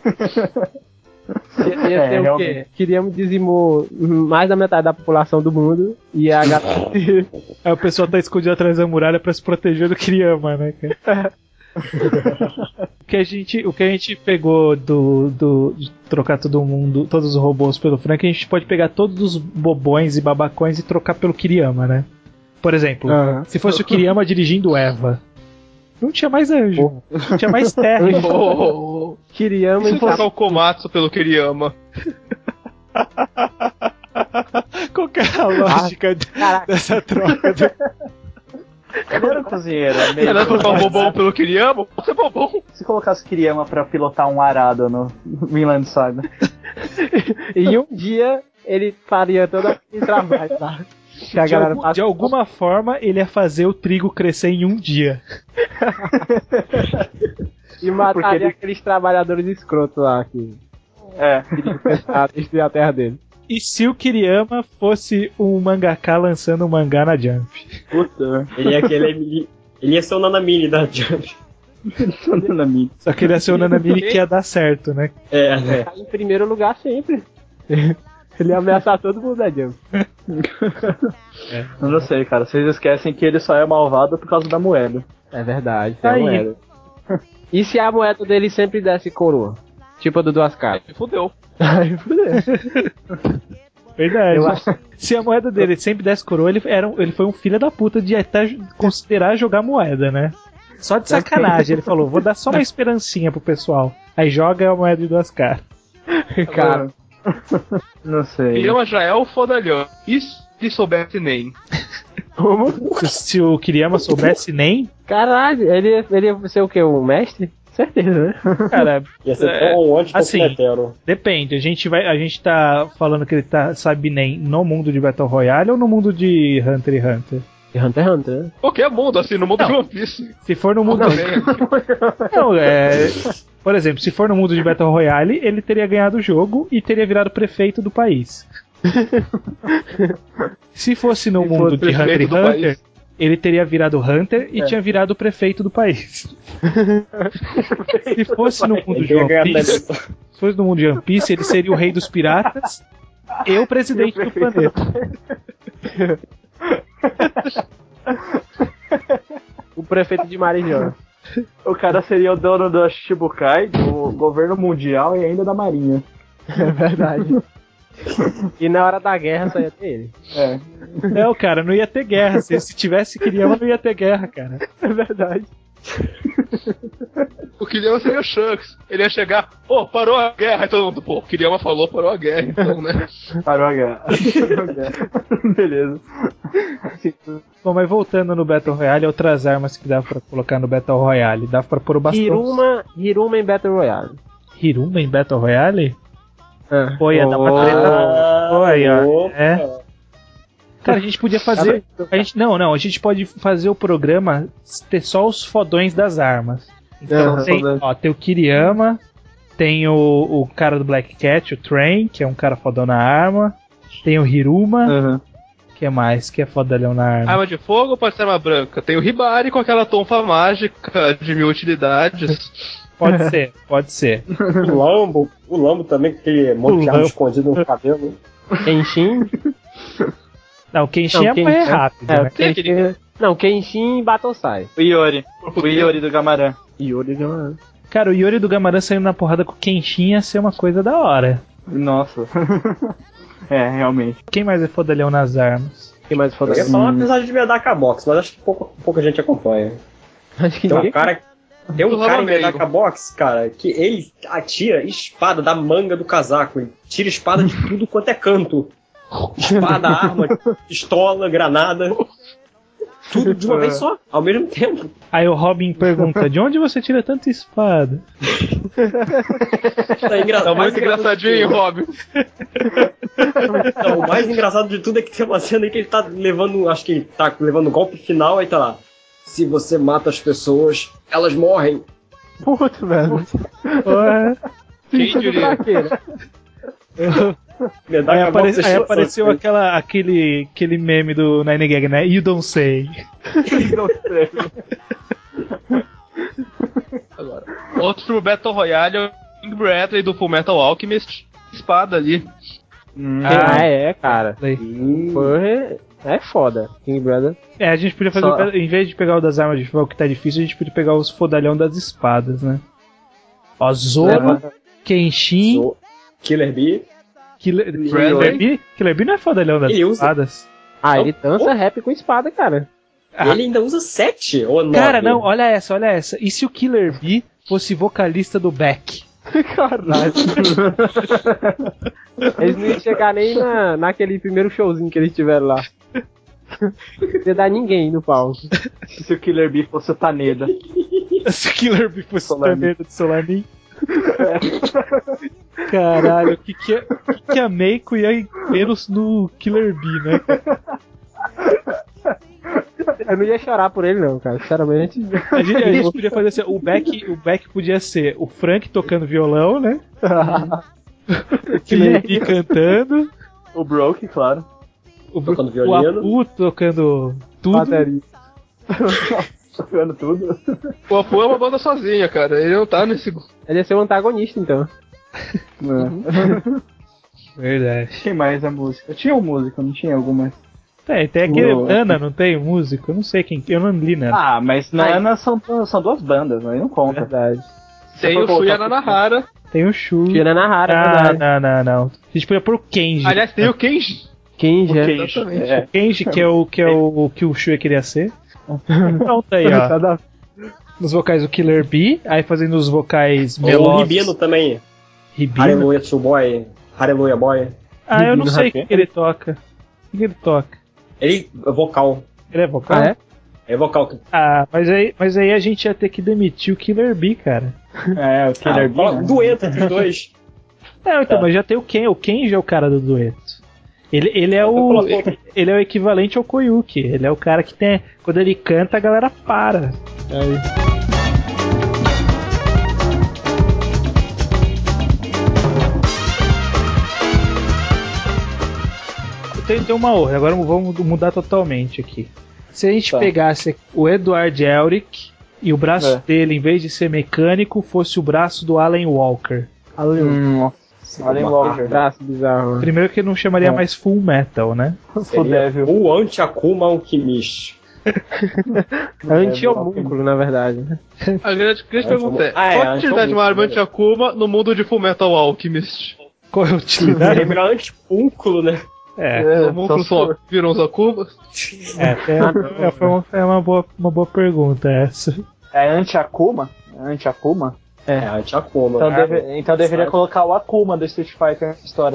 Ia, ia é, o quê? Kiriyama dizimou mais da metade da população do mundo e a galera. Aí o pessoal tá escondido atrás da muralha pra se proteger do Kiriyama, né, cara? O que a gente, o que a gente pegou do, do de trocar todo mundo, todos os robôs pelo Frank, a gente pode pegar todos os bobões e babacões e trocar pelo Kiriyama, né? Por exemplo, uhum. se fosse o Kiriyama dirigindo Eva, não tinha mais anjo, oh. não tinha mais terra. Oh. Kiriyama e trocar o Komatsu pelo Kiriyama. Qual que é a lógica ah, dessa troca? Ele era um cozinheiro. Era trocar o bobão pelo Kiriyama? Você é bobão. Se colocasse o Kiriyama pra pilotar um arado no Vinland Saga. E um dia ele faria todo aquele trabalho lá. Que a de, galera algum, de alguma forma ele ia fazer o trigo crescer em um dia. E mataria ele... aqueles trabalhadores escrotos lá que é. queriam tentar destruir a terra dele. E se o Kiriyama fosse um mangaka lançando um mangá na Jump? Puta, ele ia, aquele, ele ia ser o Nanamini da Jump. Só que ele ia ser o Nanamini que ia dar certo, né? É, é. Em primeiro lugar sempre. Ele ia ameaçar todo mundo da Jump. É. Eu não sei, cara. Vocês esquecem que ele só é malvado por causa da moeda. É verdade, tem a moeda. E se a moeda dele sempre desse coroa? Tipo a do Duas Caras. Aí fudeu. Aí fudeu. Verdade. Acho... Se a moeda dele sempre desse coroa, ele, era um, ele foi um filho da puta de até considerar jogar moeda, né? Só de sacanagem. Ele falou, vou dar só uma esperancinha pro pessoal. Aí joga a moeda de Duas Caras. Cara, não sei. Kiriyama já é o fodalhão. E se soubesse nem? Como? Se o Kiriyama soubesse nem? Caralho, ele, ele ia ser o quê? O mestre? Certeza, né? Cara, ia ser é, um assim, depende. A gente, vai, a gente tá falando que ele tá, sabe nem no mundo de Battle Royale ou no mundo de Hunter x Hunter? De Hunter x Hunter, né? Qualquer mundo, assim, no mundo não. de One Piece. Se for no mundo... Não, não é... Por exemplo, se for no mundo de Battle Royale, ele teria ganhado o jogo e teria virado prefeito do país. Se fosse no se mundo fosse de Hunter x Hunter... País. Ele teria virado Hunter e é. tinha virado o prefeito do país. Se fosse no mundo de One Piece, se fosse no mundo de One Piece, ele seria o rei dos piratas e o presidente do planeta. O prefeito de Marijó. O cara seria o dono do Shichibukai, do governo mundial e ainda da marinha. É verdade. E na hora da guerra só ia ter ele. É. Não, cara, não ia ter guerra. Se, se tivesse Kiriyama, não ia ter guerra, cara. É verdade. O Kiriyama seria o Shanks. Ele ia chegar, pô, oh, parou a guerra. Aí todo mundo, pô, o Kiriyama falou, parou a guerra, então, né? Parou a guerra. Parou a guerra. Beleza. Bom, mas voltando no Battle Royale, outras armas que dava pra colocar no Battle Royale. Dava pra pôr o bastão. Hiruma, Hiruma em Battle Royale. Hiruma em Battle Royale? É. Pô, ia dar pra treta. Pô, aí, ó. É. Cara, a gente podia fazer. A gente, não, não, a gente pode fazer o programa ter só os fodões das armas. Então, é, tem, ó, tem o Kiriyama, tem o, o cara do Black Cat, o Train, que é um cara fodão na arma. Tem o Hiruma. Uhum. Que é mais? Que é fodalhão na arma? Arma de fogo ou pode ser arma branca? Tem o Hibari com aquela tonfa mágica de mil utilidades. Pode ser, pode ser. O Lambo, o Lambo também, com aquele monte de arma escondido no cabelo. Kenshin. Não, o Kenshin não, é mais rápido, é, né? Kenshin, não, Kenshin e Battlesai. O Iori. O Iori do Gamaran. Iori do Gamaran. Cara, o Iori do Gamaran saindo na porrada com o Kenshin ia ser uma coisa da hora. Nossa. É, realmente. Quem mais é fodalhão nas armas? Quem mais é fodalhão? Eu ia falar um episódio de Medaka Box, mas acho que pouca, pouca gente acompanha. Acho que tem não. um cara... Tem um cara em Medaka Box, cara, que ele atira espada da manga do casaco. Ele tira espada de tudo quanto é canto. Espada, arma, pistola, granada. tudo de uma vez só, ao mesmo tempo. Aí o Robin pergunta, de onde você tira tanta espada? Tá, engra... Tá muito engraçadinho, Robin. Não, o mais engraçado de tudo é que tem uma cena aí que ele tá levando, acho que ele tá levando o golpe final, aí tá lá. Se você mata as pessoas, elas morrem. Puta, velho. Quem diria? Aí, apare... aí apareceu aquela, aquele, aquele meme do Nine Gag, né? You don't say. Agora, outro Battle Royale é o King Bradley do Fullmetal Alchemist. Espada ali. Hum. Ah, é, cara. Hum. Foi... É foda, King Brother. É, a gente podia fazer, Só... em vez de pegar o das armas de fogo que tá difícil, a gente podia pegar os fodalhão das espadas, né? Ó, Zoro, Leva. Kenshin, Zoro. Killer Bee. Killer, Killer Bee? Killer Bee não é fodalhão das ele espadas. Usa... Ah, ele dança oh. rap com espada, cara. Ah. Ele ainda usa sete ou nove. Cara, não, olha essa, olha essa. E se o Killer Bee fosse vocalista do Beck? Caralho. Eles não iam chegar nem na, naquele primeiro showzinho que eles tiveram lá. Não ia dar ninguém no palco. Se o Killer Bee fosse o Taneda. Se o Killer Bee fosse o Taneda de Solanin. É. Caralho, o que, que, é, que, que a Meiko ia menos no Killer Bee, né? Eu não ia chorar por ele não, cara, sinceramente. A gente, a gente podia fazer assim, o Beck, o Beck podia ser o Frank tocando violão, né? O Killer Bee cantando. O Broke, claro. O, tocando violino. O Apu tocando tudo. Bateria. Tocando tudo. O Apu é uma banda sozinha, cara. Ele não tá nesse... Ele ia ser um antagonista, então. É. Verdade. Quem mais é música? Tinha uma música, não tinha alguma? Tem, tem aquele o... Nana, não tem? O músico? Eu não sei quem. Eu não li Nana. Ah, mas Nana são, são duas bandas, aí não conta. Verdade. Tem o Shuya Nanahara. Tem o Shu. Shuya Nanahara, ah, verdade. Não, não, não. A gente podia pôr o Kenji. Aliás, tem o Kenji. Kenji, o Kenji. Exatamente. É. O Kenji, que é o que, é o, que o Shuya queria ser. Pronto aí, ó. Nos vocais do Killer Bee, aí fazendo os vocais melódicos. O Ribino também. Ribino. Aleluia, True Boy. Aleluia, Boy. Ah, eu não sei o que ele toca. O que ele toca? Ele é vocal. Ele é vocal? Ah, é? É vocal. Ah, mas aí, mas aí a gente ia ter que demitir o Killer Bee, cara. É, o Killer ah, Bee. Né? Dueto entre os dois. É, então, tá. Mas já tem o Ken. O Kenji é o cara do dueto. Ele, ele é o. Ele é o equivalente ao Koyuki. Ele é o cara que tem. Quando ele canta, a galera para. Aí. Tem, tem uma outra, agora vamos mudar totalmente aqui. Se a gente tá. pegasse o Edward Elric e o braço é. dele, em vez de ser mecânico, fosse o braço do Alan Walker. Alan, hum, Alan Walker. Braço bizarro. Primeiro que ele não chamaria é. mais Full Metal, né? O Anti-Akuma Alchemist. Anti-homúnculo, na verdade. A grande, grande pergunta é: ah, é, qual a utilidade de uma arma anti-Akuma no mundo de Fullmetal Alchemist? Qual é a utilidade? É melhor anti-púnculo, né? É, é o só viram os Akumas? É, é, é, foi uma, é uma, boa, uma boa pergunta essa. É anti-Akuma? Anti-Akuma? É, é anti-Akuma. Então, deve, então deveria colocar o Akuma do Street Fighter na história.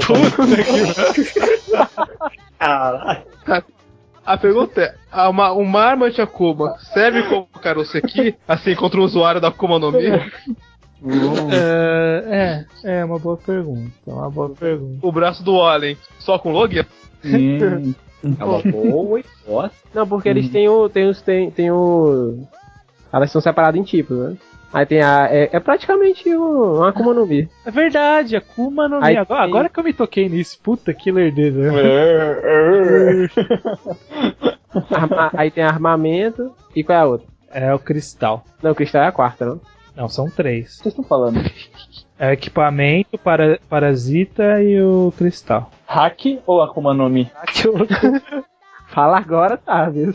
Caralho. A pergunta é: uma, uma arma anti-Akuma serve como Karoseki, assim, contra um usuário da Akuma no Mi? Uh. É, é, é uma boa pergunta. Uma boa pergunta. O braço do Allen só com Logia? Hum. É uma boa e forte. Não, porque hum. eles têm o. Tem os. Tem, tem o. Elas são separadas em tipos, né? Aí tem a. É, é praticamente o, uma Akuma no Mi. É verdade, Akuma no Mi. Agora, tem... agora que eu me toquei nisso, puta que lerdeira. Arma, aí tem armamento. E qual é a outra? É o cristal. Não, o cristal é a quarta, não? Não, são três. O que vocês estão falando? É equipamento, para, parasita e o cristal. Hack ou Akuma no Mi? Hack ou... Fala agora, tá, viu?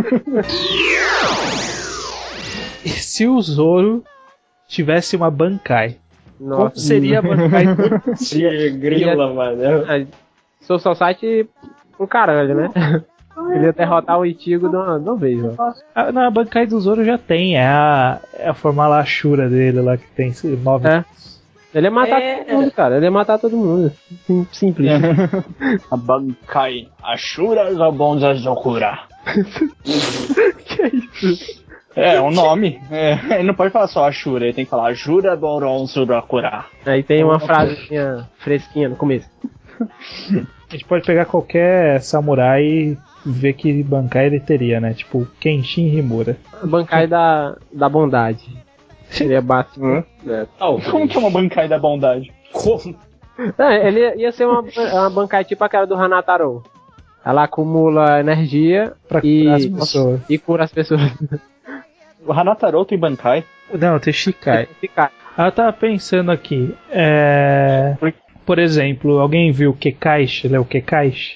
E se o Zoro tivesse uma Bankai? Nossa. Como seria a Bankai? Que grila, mano. Sou só site pro caralho, né? Ele ia derrotar o Ichigo de uma, de uma vez, ó. Ah, não, a Bankai do Zoro já tem, é a, é a forma lá Ashura dele lá que tem nove. É. Ele ia matar é... todo mundo, cara. Ele ia matar todo mundo. Simples. A Bankai Ashura Zabonza Zokura. Que é isso? É, um nome. É, ele não pode falar só Ashura, ele tem que falar Ashura Boron Surakura. Aí tem uma frasezinha fresquinha no começo. A gente pode pegar qualquer samurai e ver que Bankai ele teria, né? Tipo, Kenshin Himura. Bankai da, da bondade. Seria básico. Hum? É, talvez. Como que é uma Bankai da bondade? Como? É, ele ia ser uma, uma Bankai tipo aquela do Hanataro. Ela acumula energia Pra e, curar as pessoas. e cura as pessoas. O Hanataro tem Bankai? Não, tem Shikai. Ficar. Ah, eu tava pensando aqui. É... Por exemplo, alguém viu o Kekaishi? Ele é o Kekaishi?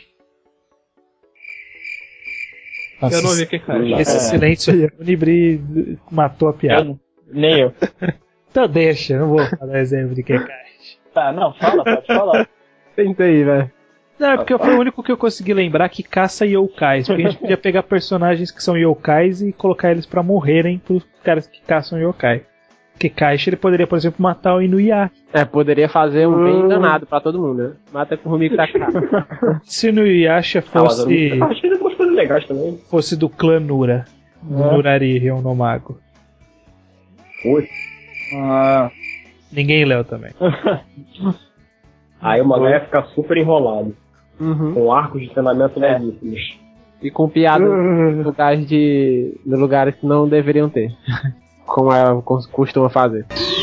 Eu não vi o que cai. Esse É. silêncio aí, o Nibri matou a piada. Eu, nem eu. Então deixa, eu não vou falar exemplo de Kekaishi. Tá, não, fala, pode falar. Tenta aí, velho. Não, é porque foi o único que eu consegui lembrar que caça yokais. Porque a gente podia pegar personagens que são yokais e colocar eles pra morrerem pros caras que caçam yokai. Kekaishi, ele poderia, por exemplo, matar o Inuyasha. É, poderia fazer um bem danado pra todo mundo, né? Mata com o Rumiko Takara. Se o Inuyasha Ah, mas fosse, eu acho que tem algumas coisas legais também. fosse do clã Nura, do É. Nurari no Mago. Ui. Ah, Ninguém leu também. Aí o mangá ia ficar super enrolado. Uhum. Com arcos de treinamento É. legítimos. E com piadas em lugares de. em lugares que não deveriam ter. Como ela cos- costuma fazer.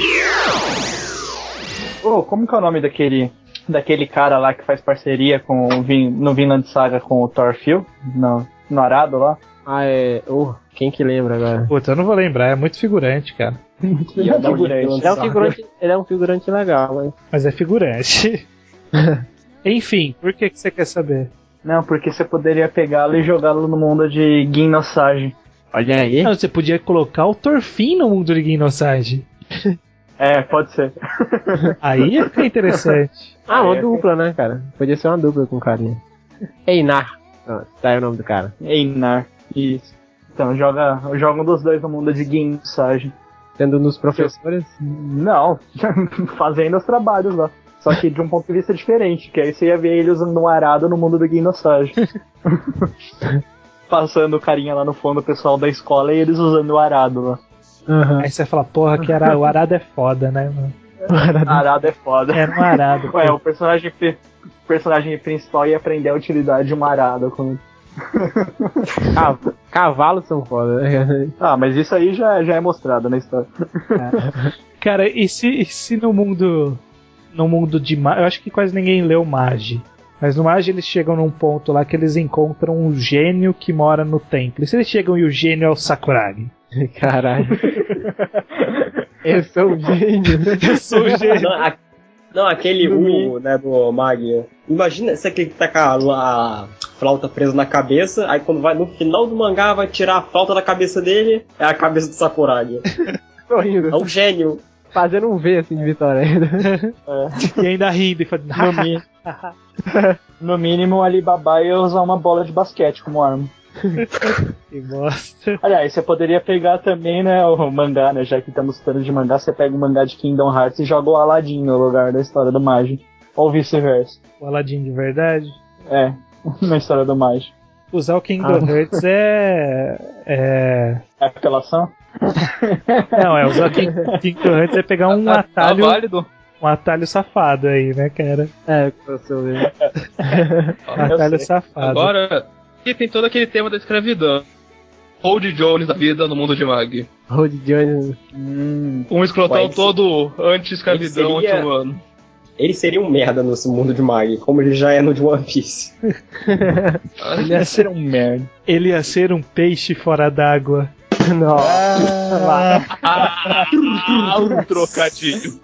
Ô, como que é o nome daquele daquele cara lá que faz parceria com o Vin, no Vinland Saga com o Thorfinn? No, no Arado lá? Ah, é. Oh, quem que lembra agora? Puta, eu não vou lembrar, é muito figurante, cara. E eu não Figurante. vi Ele é um figurante, ele é um figurante legal, mas. Mas é figurante. Enfim, por que, que você quer saber? Não, porque você poderia pegá-lo e jogá-lo no mundo de Ginosage. Olha aí. Não, você podia colocar o Thorfinn no mundo de Ginosage. É, pode ser. Aí ia ficar interessante. Ah, uma é, dupla, né, cara? Podia ser uma dupla com o carinha. Einar. Ah, tá aí o nome do cara. Einar. Isso. Então, joga, joga um dos dois no mundo de Ginosage. Sendo nos professores. Não, fazendo os trabalhos lá. Só que de um ponto de vista diferente, que aí você ia ver ele usando um arado no mundo do Ginosage. Passando o carinha lá no fundo, o pessoal da escola, e eles usando o arado lá. Uhum. Aí você fala, porra, que arado, o arado é foda, né, mano? Arado é foda. Era um arado. Ué, pô. o personagem, pri- o personagem principal ia aprender a utilidade de um arado. Com... Cav- Cavalos são foda, né? Ah, mas isso aí já, já é mostrado na história. Cara, e se, e se no mundo. No mundo de Magi. Eu acho que quase ninguém leu Magi. Mas no Magi eles chegam num ponto lá que eles encontram um gênio que mora no templo. E se eles chegam e o gênio é o Sakuragi? Caralho. Eu sou um gênio. Eu sou o gênio. Não, a- não, aquele U, né, do Mag. Imagina se aquele que tá com a, a flauta presa na cabeça, aí quando vai no final do mangá vai tirar a flauta da cabeça dele, é a cabeça do Sakuragi. Tô rindo. É um gênio. Fazendo um V assim de vitória ainda. E ainda rindo e falando. No, mi- no mínimo, o Alibaba ia usar uma bola de basquete como arma. Que bosta. Aliás, você poderia pegar também, né, o mangá, né, já que estamos falando de mangá, você pega o mangá de Kingdom Hearts e joga o Aladdin no lugar da história do Magi. Ou vice-versa. O Aladdin de verdade. É, na história do Magi. Usar o Kingdom Ah. Hearts é. É. É apelação? Não, é usar o King- Kingdom Hearts é pegar um Tá- tá atalho. válido. Um atalho safado aí, né, cara? É, eu sou o V. Um atalho sei. safado. Agora, aqui tem todo aquele tema da escravidão. Hold Jones da vida no mundo de Mag. Road Jones. Hum, Um escrotão Ué, ele todo anti-escravidão, ele seria- anti-humano. Ele seria um merda nesse mundo de Mag, como ele já é no de One Piece. Ele ia ser um merda. Ele ia ser um peixe fora d'água. Nossa. Ah, um trocadilho.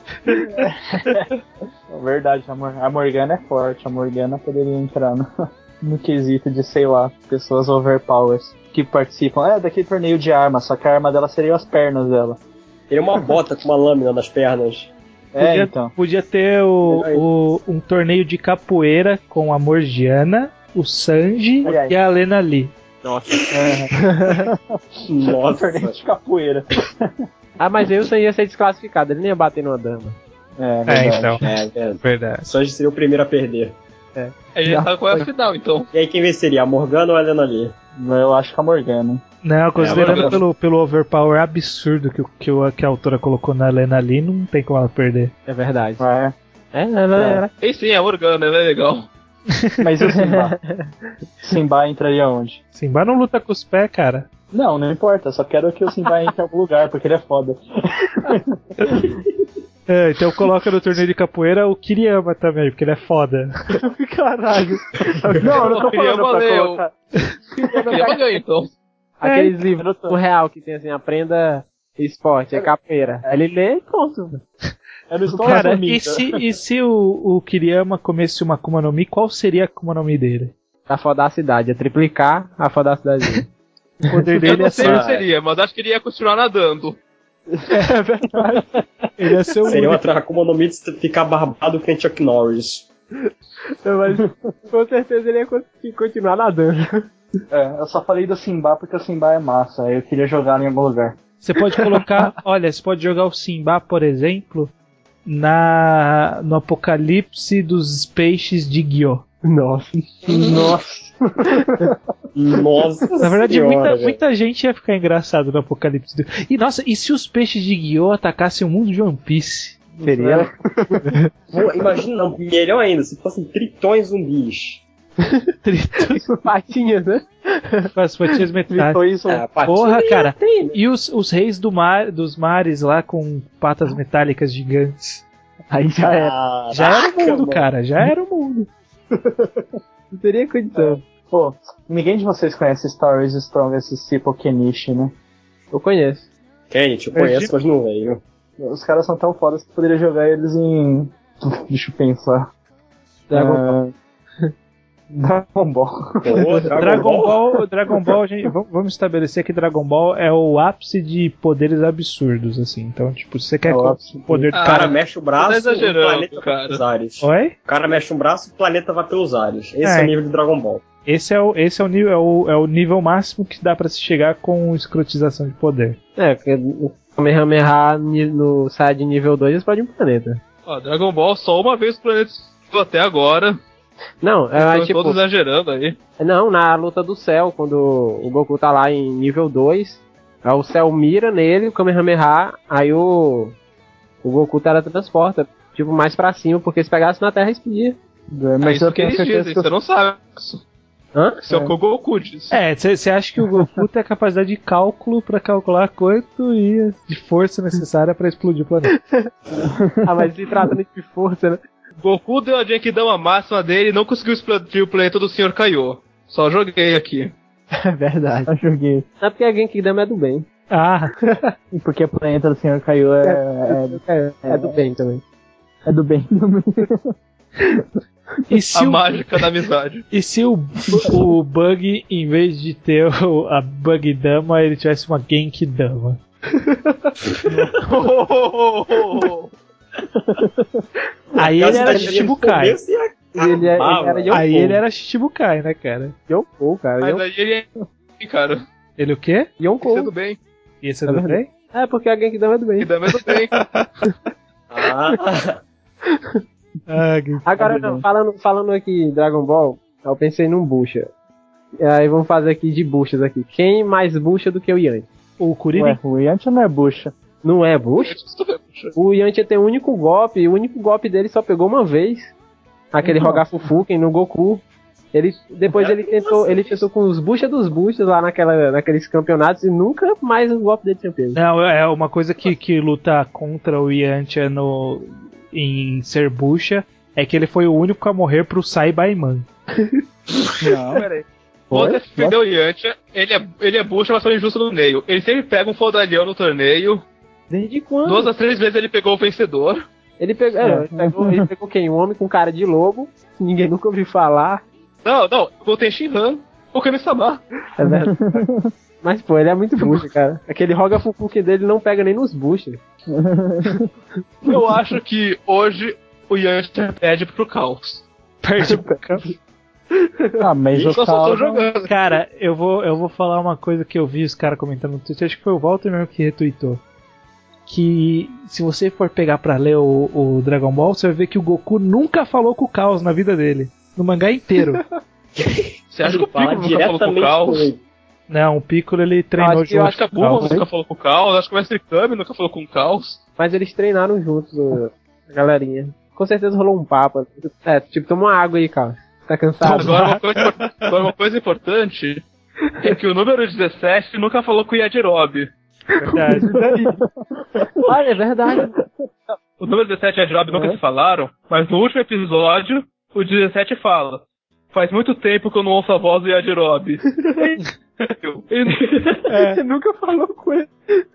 é verdade, a, Mor- a Morgana é forte. A Morgana poderia entrar no, no quesito de, sei lá, pessoas overpowers que participam. É, daquele torneio de armas, só que a arma dela seria as pernas dela. Ele é uma bota com uma lâmina nas pernas. É, Podia, então. podia ter o, Melhor o- um torneio de capoeira com a Morgiana, o Sanji Ai, ai. e a Lena Lee. Nossa. É, Nossa. torneio de capoeira. Ah, mas eu ia ser desclassificado, ele nem ia bater numa dama. É, É, verdade. então. É, é. Verdade. Sanji seria o primeiro a perder. A gente sabe qual é a final, então. E aí quem venceria, a Morgana ou a Helena Lee? Eu acho que a Morgana. Não, considerando É, pelo, pelo overpower absurdo que, o- que, o- que a autora colocou na Helena ali, não tem como ela perder. É verdade. É. É, ela É. era. E sim, a Morgana, ela é legal. Mas e o Simba? Simba entraria onde? Simba não luta com os pés, cara. Não, não importa. Só quero que o Simba entre em algum lugar, porque ele é foda. É, então coloca no torneio de capoeira o Kiriyama também, porque ele é foda. Caralho. Não, eu não tô Kiriyama falando pra leu. colocar... Kiriyama ganha, então. Aqueles É, livros do real que tem assim, aprenda esporte, é capoeira. Aí ele lê e pronto. Era o Cara, e se, e se o, o Kiriyama comesse uma Akuma no Mi, qual seria a Akuma no Mi dele? A foda da cidade, é triplicar a foda da cidade dele. O poder Eu dele não ia sei o que ser, seria, mas acho que ele ia continuar nadando. ele ia ser o Seria único. uma Akuma no Mi de ficar barbado que nem Chuck Norris. Mas com certeza ele ia conseguir continuar nadando. É, eu só falei do Simba porque o Simba é massa. Aí eu queria jogar em algum lugar. Você pode colocar, olha, você pode jogar o Simba, por exemplo, na no Apocalipse dos Peixes de Gyo. Nossa. Nossa. Nossa Na verdade, senhora, muita, velho. muita gente ia ficar engraçado no Apocalipse. Do... E nossa, e se os peixes de Gyo atacassem o mundo de One Piece? Seria? Pô, imagina, não, melhor ainda, se fossem tritões zumbis. Patinhas, né? Com as fatias metálicas. Foi isso. Ah, patinha Porra, cara. tem, né? E os, os reis do mar, dos mares lá com patas metálicas gigantes? Aí já era. Ah, Já era o mundo, mano. cara. Já era o mundo. Não teria condição. Pô, ninguém de vocês conhece Stories Strongest People Kenichi, né? Eu conheço. Kent, eu conheço, mas não veio. Os caras são tão fodas que eu poderia jogar eles em... Deixa eu pensar. Dragon Ah, Dragon Ball. Pô, Dragon, Dragon Ball. Ball, Dragon Ball, gente, vamos vamos estabelecer que Dragon Ball é o ápice de poderes absurdos, assim. Então, tipo, se você quer É o co- ápice. o poder do O Ah, cara cara. mexe o tá braço, o exagerando, planeta vai cara. pelos ares. Oi? O cara mexe um braço, o planeta vai pelos ares. Esse É. é o nível de Dragon Ball. Esse é o, esse é o nível, é o, é o nível máximo que dá pra se chegar com escrotização de poder. É, porque o Kamehameha ni- no Saiyajin nível dois explode um planeta. Ó, Dragon Ball só uma vez o planeta explodiu até agora. Não, é Estão tipo. todos exagerando aí. Não, na luta do céu, quando o Goku tá lá em nível dois, aí o céu mira nele, o Kamehameha, aí o. O Goku teletransporta, tipo, mais pra cima, porque se pegasse na Terra explodia. É, É mas isso eu que tenho eles certeza dizem, que você eu... não sabe isso. Hã? Isso é o que o Goku disse. É, você acha que o Goku tem a capacidade de cálculo pra calcular quanto ia de força necessária pra explodir o planeta. Ah, mas se tratando de força, né? Goku deu a Genkidama máxima dele e não conseguiu explodir o planeta do senhor Kaiô. Só joguei aqui. É verdade. eu joguei. Não é porque a Genkidama é do bem. Ah, E porque o planeta do senhor caiu é, é, É, é do bem também. é do bem também. e se A o, mágica da amizade. e se o, o Bug, em vez de ter o- a Bug Dama, ele tivesse uma Genki Dama? Aí ele era Shichibukai. Ele, é, ele era Yonkou. Aí ele era Shichibukai, né, cara? Yonkou, cara. Mas Yon- aí ele é. Cara, Ele o quê? Yonkou. isso é do bem. Esse é É do verdade. bem? É, porque a Genkidama é do bem. Genkidama é do bem. Ah, Ah, Genki Agora, Dama. não, falando, falando aqui em Dragon Ball, eu pensei num bucha. E aí vamos fazer aqui de buchas aqui. Quem mais bucha do que o Yantia? O Kuririn? Ué, o Yantia não é bucha. Não é bucha? O Yantia tem um único golpe, e o único golpe dele só pegou uma vez. Aquele Nossa. Rogafufuken no Goku. Ele, depois ele tentou, ele tentou com os bucha dos buchas lá naquela, naqueles campeonatos e nunca mais o golpe dele tinha pego. Não, é uma coisa que, que luta contra o Yantia no, em ser bucha é que ele foi o único a morrer pro Saibaiman. Não. Peraí. Vou Oi? defender o Yantia. Ele é, ele é bucha, mas foi injusto no meio. Ele sempre pega um fodalhão no torneio. Desde quando? Duas a três vezes ele pegou o vencedor. Ele pegou, é, ele pegou, ele pegou quem? Um homem com cara de lobo, que ninguém nunca ouviu falar. Não, não, o Tenshinhan, o Kami-sama. É verdade. Mas, pô, ele é muito bucha, cara. Aquele Rogafufuken dele não pega nem nos buchas. Eu acho que hoje o Yantia perde pro Caos. Perde pro campo. Ah, mas Eu o só só tô Caos... jogando. Cara, eu vou, eu vou falar uma coisa que eu vi os caras comentando no Twitter, acho que foi o Walter mesmo que retweetou. Que se você for pegar pra ler o, o Dragon Ball, você vai ver que o Goku nunca falou com o Caos na vida dele. No mangá inteiro. Você Você acha que o Fala Piccolo nunca falou com o diretamente Caos? com ele. Não, o Piccolo ele treinou acho que- eu junto. Acho que a com o Caos. Bulma nunca falou com o Caos, acho que o Mestre Kami nunca falou com o Caos. Mas eles treinaram juntos, o- a galerinha. Com certeza rolou um papo. É, tipo, toma uma água aí, cara. Tá cansado? Agora uma, coisa, agora uma coisa importante é que o número dezessete nunca falou com o Yajirobe. Verdade. Olha, é verdade. O número dezessete e a Yajirobe nunca se falaram, mas no último episódio, o dezessete fala: faz muito tempo que eu não ouço a voz do Yajirobe. Eu- ele- Você nunca falou com ele.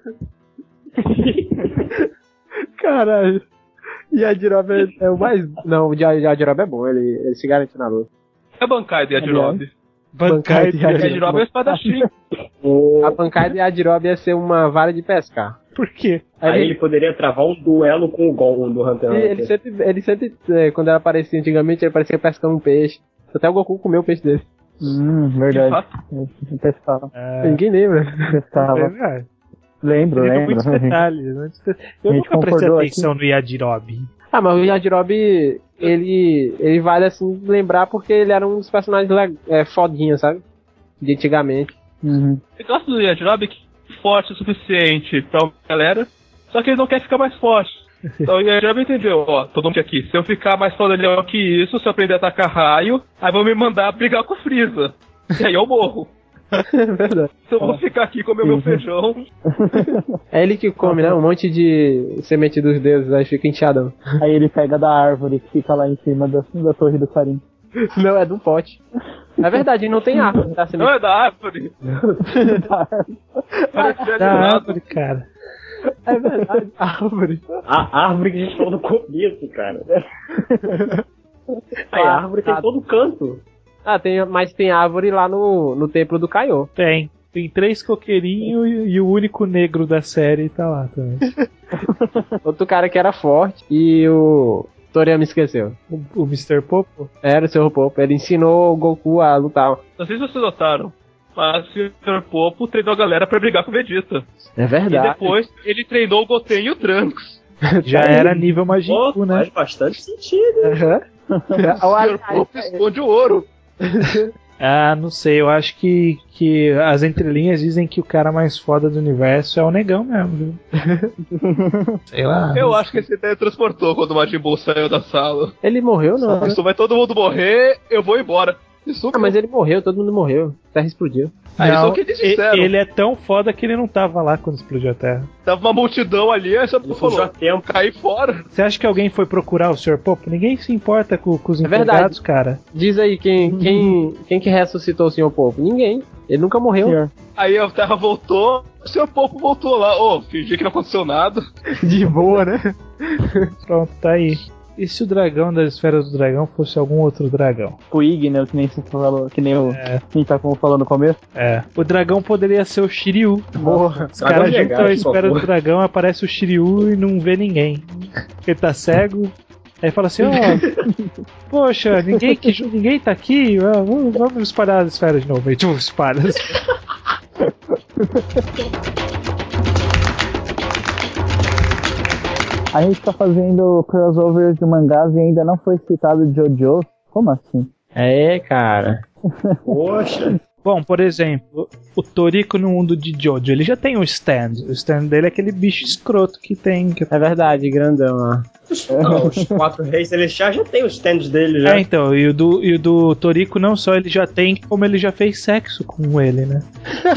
Caralho. E a Yajirobe é, é o mais... Não, o Yajirobe é bom, ele, ele se garante na luta. É a bancada do Yajirobe. Bancai de O Yajirobe é o espadachim. A pancada de Yajirobe ia ser uma vara de pescar. Por quê? Aí ele poderia travar um duelo com o Gon do Hunter x Ele, Hunter. ele sempre, ele sempre é, quando ela aparecia antigamente, ele parecia pescando um peixe. Até o Goku comeu o peixe dele. Hum, verdade. Eu pescava. É, Ninguém lembra. Pescava. verdade. Lembro, Teve lembro. muitos detalhes. muitos de- Eu A gente nunca prestei concordou atenção no Yajirobe. Ah, mas o Yajirobe, ele, ele vale assim lembrar porque ele era um dos personagens le- é, fodinhos, sabe? De antigamente. Uhum. Eu gosto do Yajirobe que é forte o suficiente pra uma galera, só que ele não quer ficar mais forte. Então o Yajirobe entendeu, ó, todo mundo aqui, se eu ficar mais poderoso que isso, se eu aprender a atacar raio, aí vão me mandar brigar com o Freeza. E aí eu morro. É verdade. Então eu vou ficar aqui comer o meu feijão. É ele que come, né? Um monte de semente dos deuses, aí fica inchadão. Aí ele pega da árvore que fica lá em cima da, da torre do Karim. Não, é de um pote. É verdade, não tem árvore, tá? Não Semente. é da árvore. Parecia Da de lado. árvore, cara. É verdade, árvore. A árvore que a gente falou no começo, cara. Aí, a árvore tem todo canto. Ah, tem, mas tem árvore lá no, no templo do Kaiô. Tem. Tem três coqueirinhos e, e o único negro da série tá lá também. Outro cara que era forte e o Toriyama esqueceu. O, o mister Popo? Era o seu Popo. Ele ensinou o Goku a lutar. Não sei se vocês notaram, mas o senhor Popo treinou a galera pra brigar com o Vegeta. É E verdade. depois ele treinou o Goten e o Trunks. Já era nível Majin Pô, Buu, né? faz bastante sentido. Aham. O senhor Popo esconde o ouro. Ah, não sei, eu acho que, que as entrelinhas dizem que o cara mais foda do universo é o negão mesmo, viu? Sei lá. Eu acho que esse teletransportou quando o Majin Buu saiu da sala. Ele morreu, não? né? Isso vai todo mundo morrer, eu vou embora. Isso Ah, mas ele morreu, todo mundo morreu. A Terra explodiu. Ah, isso é Não, o que eles e- disseram. ele é tão foda que ele não tava lá quando explodiu a Terra. Tava uma multidão ali, aí só Ele fugiu a falou, tempo. caí fora. Você acha que alguém foi procurar o senhor Popo? Ninguém se importa com, com os É verdade. empregados, cara. Diz aí, quem, quem, quem que ressuscitou o senhor Popo? Ninguém. Ele nunca morreu. Senhor. Aí a Terra voltou, o senhor Popo voltou lá. Ô, fingi que não aconteceu nada. De boa, né? Pronto, tá aí. E se o dragão das esferas do dragão fosse algum outro dragão? O Ig, né? Que nem você falou, que nem o É. Nitakumo falou no começo. É. O dragão poderia ser o Shiryu. Porra. Os caras Dragão juntam a Legal, esfera por do favor. dragão, aparece o Shiryu e não vê ninguém. Ele tá cego. Aí fala assim, ó, poxa, ninguém, que, ninguém tá aqui, ah, vamos, vamos espalhar as esferas de novo. Aí, tipo, espalha. A gente tá fazendo crossovers de mangás e ainda não foi citado Jojo. Como assim? É, cara. Poxa. Bom, por exemplo, o Toriko no mundo de Jojo, ele já tem um stand. O stand dele é aquele bicho escroto que tem. Que... É verdade, grandão lá. Não, os quatro reis celestiais já tem os stands dele já. É, então, e o, do, e o do Toriko não só ele já tem, como ele já fez sexo com ele, né?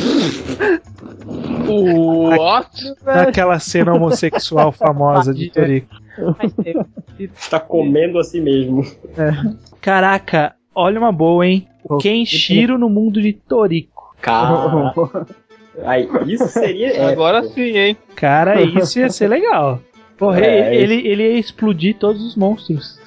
What? Naquela cena homossexual famosa de Toriko. Está comendo a si mesmo. Caraca, olha uma boa, hein? O Kenshiro no mundo de Toriko. Cara. Aí, isso seria. épico. Agora sim, hein? Cara, isso ia ser legal. Porra, É, ele, ele ia explodir todos os monstros.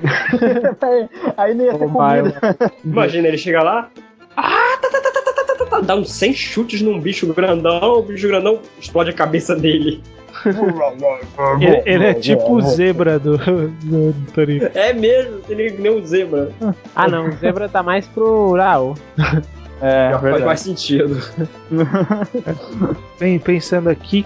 Aí não ia ter Ô, pai, comida. Imagina, ele chega lá. Ah, tá, tá, tá, tá, tá, tá, tá, dá uns cem chutes num bicho grandão, o bicho grandão explode a cabeça dele. Ele, ele é tipo o zebra do, do, do Toriko. É mesmo, ele é que nem um zebra. Ah, não. O zebra tá mais pro Raul. É, Já faz verdade. mais sentido. Bem, pensando aqui,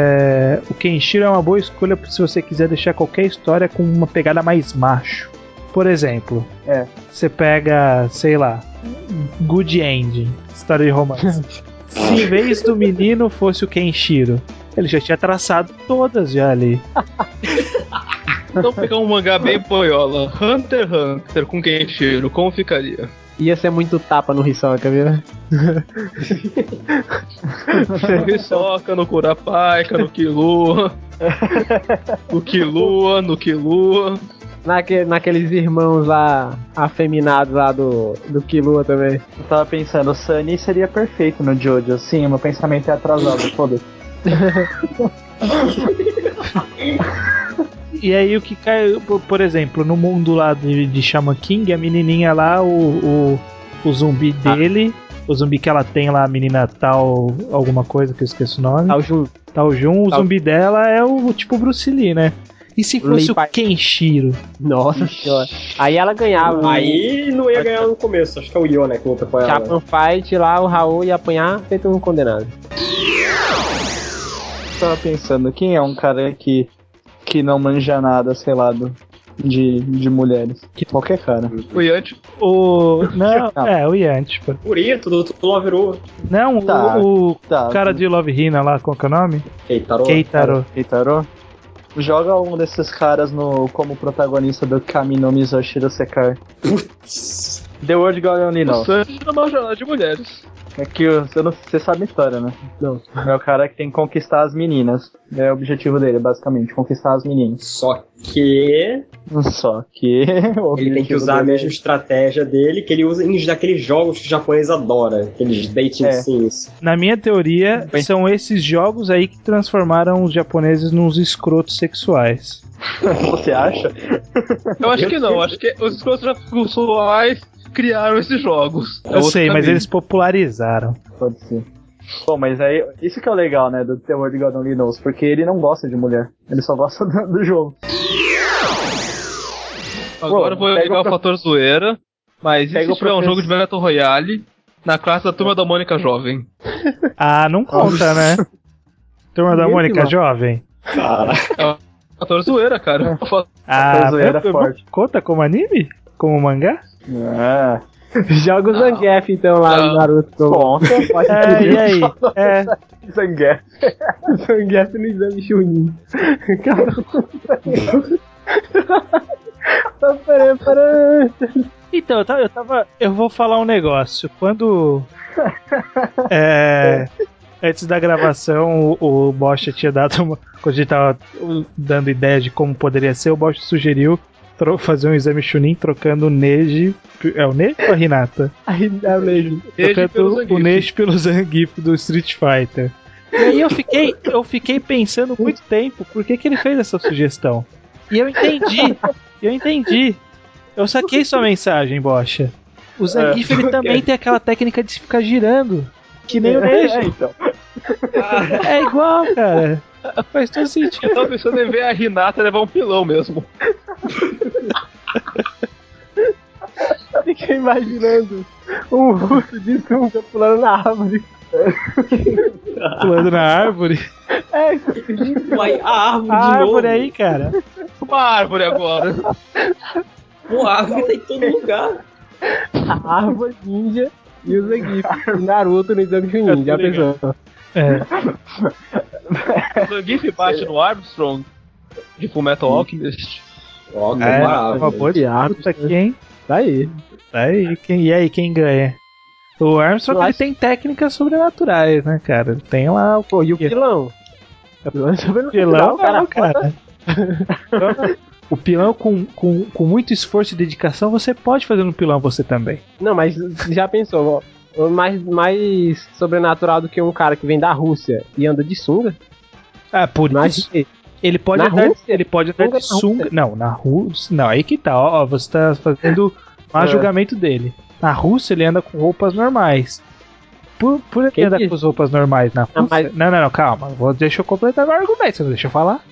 é, o Kenshiro é uma boa escolha se você quiser deixar qualquer história com uma pegada mais macho. Por exemplo, É. você pega, sei lá, Good End, história de romance. Se em vez do menino fosse o Kenshiro, ele já tinha traçado todas já ali. Então pegar um mangá bem boiola, Hunter x Hunter com Kenshiro, como ficaria? Ia ser muito tapa no Hisoka, viu? No Hisoka, no Kurapika, no Killua, no Killua, no Killua. Naque, naqueles irmãos lá, afeminados lá do, do Killua também. Eu tava pensando, o Sunny seria perfeito no Jojo. Sim, meu pensamento é atrasado, foda-se. E aí o que cai, por, por exemplo, no mundo lá de, de Shaman King, a menininha lá, o, o, o zumbi dele, o zumbi que ela tem lá, a menina tal, alguma coisa que eu esqueço o nome. Tal Jun. Tal Jun, o Tal... zumbi dela é o tipo Bruce Lee, né? E se fosse Lee o Kenshiro? Nossa senhora. Aí ela ganhava. Aí não ia ganhar no começo, acho que é o Yo, né, que luta com ela. Chapman Fight lá, o Raul ia apanhar feito um condenado. Eu tava pensando, quem é um cara que, que não manja nada, sei lá, do, de, de mulheres? Que qualquer cara. O Yanti. O. Não, Não. é, o Yanti. Purito, do do Loveru. Não, Tá, o, o tá. cara de Love Hina lá, qual que é o nome? Keitaro. Keitaro. Keitaro? Joga um desses caras no, como protagonista do Kami no Mizoshiro Sekar. The World God Only O Knows. Sanji é uma jornada de mulheres. É que você, não, você sabe a história, né? Não. É o cara que tem que conquistar as meninas. É o objetivo dele, basicamente, conquistar as meninas. Só que Só que o ele tem que objetivo usar a dele mesma estratégia dele que ele usa em daqueles jogos que o japonês adora, aqueles dating É. sims. Na minha teoria, Bem- são esses jogos aí que transformaram os japoneses nos escrotos sexuais. Você acha? Eu acho que não, acho que os escrotos sexuais criaram esses jogos. É Eu outro sei, mas caminho. eles popularizaram. Pode ser. Bom, mas aí, isso que é o legal, né, do The World God Only Knows, porque ele não gosta de mulher, ele só gosta do, do jogo. Agora eu vou Pega ligar o o pro- fator zoeira, mas e Pega se o tiver um professor- jogo de Battle Royale na classe da Turma da Mônica Jovem? Ah, não conta, né? Turma da Esse, Mônica mano. jovem. Cara, Fator zoeira, cara. Ah, zoeira eu- eu- forte. conta como anime? Como mangá? Ah, Joga o Zangief então lá Não. no Naruto. Como... conta, pode É, e aí? É, Zangief. Zangief no exame Chunin. Peraí, peraí. então, eu tava, eu tava. Eu vou falar um negócio. Quando. É. Antes da gravação, o, o Bosch tinha dado uma. Quando a gente tava uh, dando ideia de como poderia ser, o Bosch sugeriu tro- fazer um exame Chunin trocando o Neji. É o Neji ou a Hinata? Aí dá mesmo. Neji pelo Trocando o Zangief. Neji pelo Zangief do Street Fighter. E aí eu fiquei, eu fiquei pensando muito tempo por que, que ele fez essa sugestão. E eu entendi. Eu entendi. Eu saquei sua mensagem, Bocha. O Zangief ele também tem aquela técnica de ficar girando. Que nem o Neji. É, então. É igual, cara. Faz todo sentido. Eu tava pensando em ver a Hinata levar um pilão mesmo. Fiquei imaginando um russo de sunga pulando na árvore. Pulando na árvore. É, vai a árvore A de árvore novo. aí, cara. Uma árvore agora. Pô, a árvore tá em todo lugar. a árvore ninja e o Zangief. O Naruto no exame Chunin, já pensou? É. O Zangief bate no Armstrong de Fullmetal Alchemist. Ó, que É, uma uma árvore. boa disputa aqui, hein? Tá aí. Tá aí. Quem, e aí, quem ganha? O Armstrong Eu ele acho- tem técnicas sobrenaturais, né, cara? Tem lá o Pô, e o pilão? O pilão é pilão, sobrenatural, não, cara. O pilão com, com, com muito esforço e dedicação, você pode fazer no pilão você também. Não, mas já pensou, ó, mais, mais sobrenatural do que um cara que vem da Rússia e anda de sunga? Ah, por Mas isso. Ele pode Na andar, Rússia? ele pode andar Sunga de na sunga. Não, na Rússia. Não, aí que tá, ó, ó, você tá fazendo má É. julgamento dele. Na Rússia ele anda com roupas normais. Por, por ele Quem andar disse? com as roupas normais na Rússia. Não, mas- Não, não, não, calma. Vou, deixa eu completar meu argumento, você não deixa eu falar?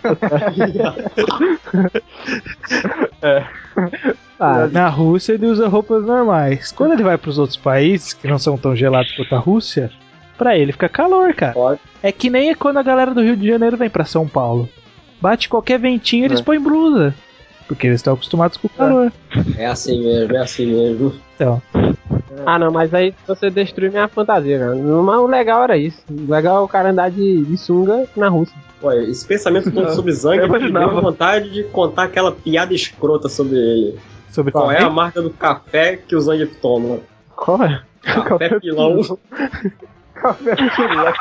ah, Na Rússia ele usa roupas normais. Quando ele vai pros outros países, que não são tão gelados quanto a Rússia, pra ele fica calor, cara. Pode. É que nem quando a galera do Rio de Janeiro vem pra São Paulo. Bate qualquer ventinho, eles É. põem blusa. Porque eles estão acostumados com o calor. É assim mesmo, é assim mesmo. Então. Ah, não, mas aí você destruiu minha fantasia, cara. Mas o legal era isso. O legal é o cara andar de, de sunga na Rússia. Pô, esse pensamento todo sobre Zang me deu vontade de contar aquela piada escrota sobre ele. Sobre Qual qual é a marca do café que o Zang toma? Qual é? Café pilão. Café pilão.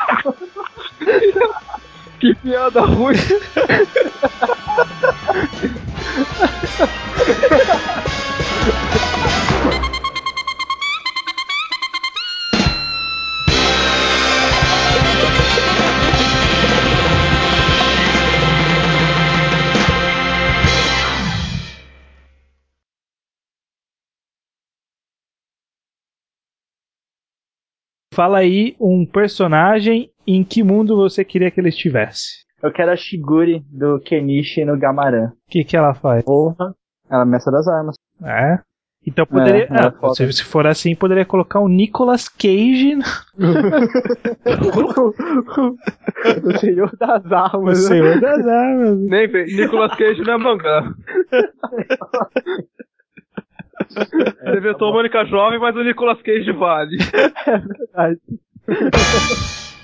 Que piada ruim. Fala aí um personagem em que mundo você queria que ele estivesse. Eu quero a Shiguri do Kenichi no Gamaran. O que que ela faz? Porra. Ela é mestra das armas. É? Então poderia... É, ela ah, se, se for assim, poderia colocar o Nicolas Cage... O senhor das armas. O senhor das armas. Nem vê, Nicolas Cage não é mangá. Você inventou a Mônica jovem, mas o Nicolas Cage vale. É verdade.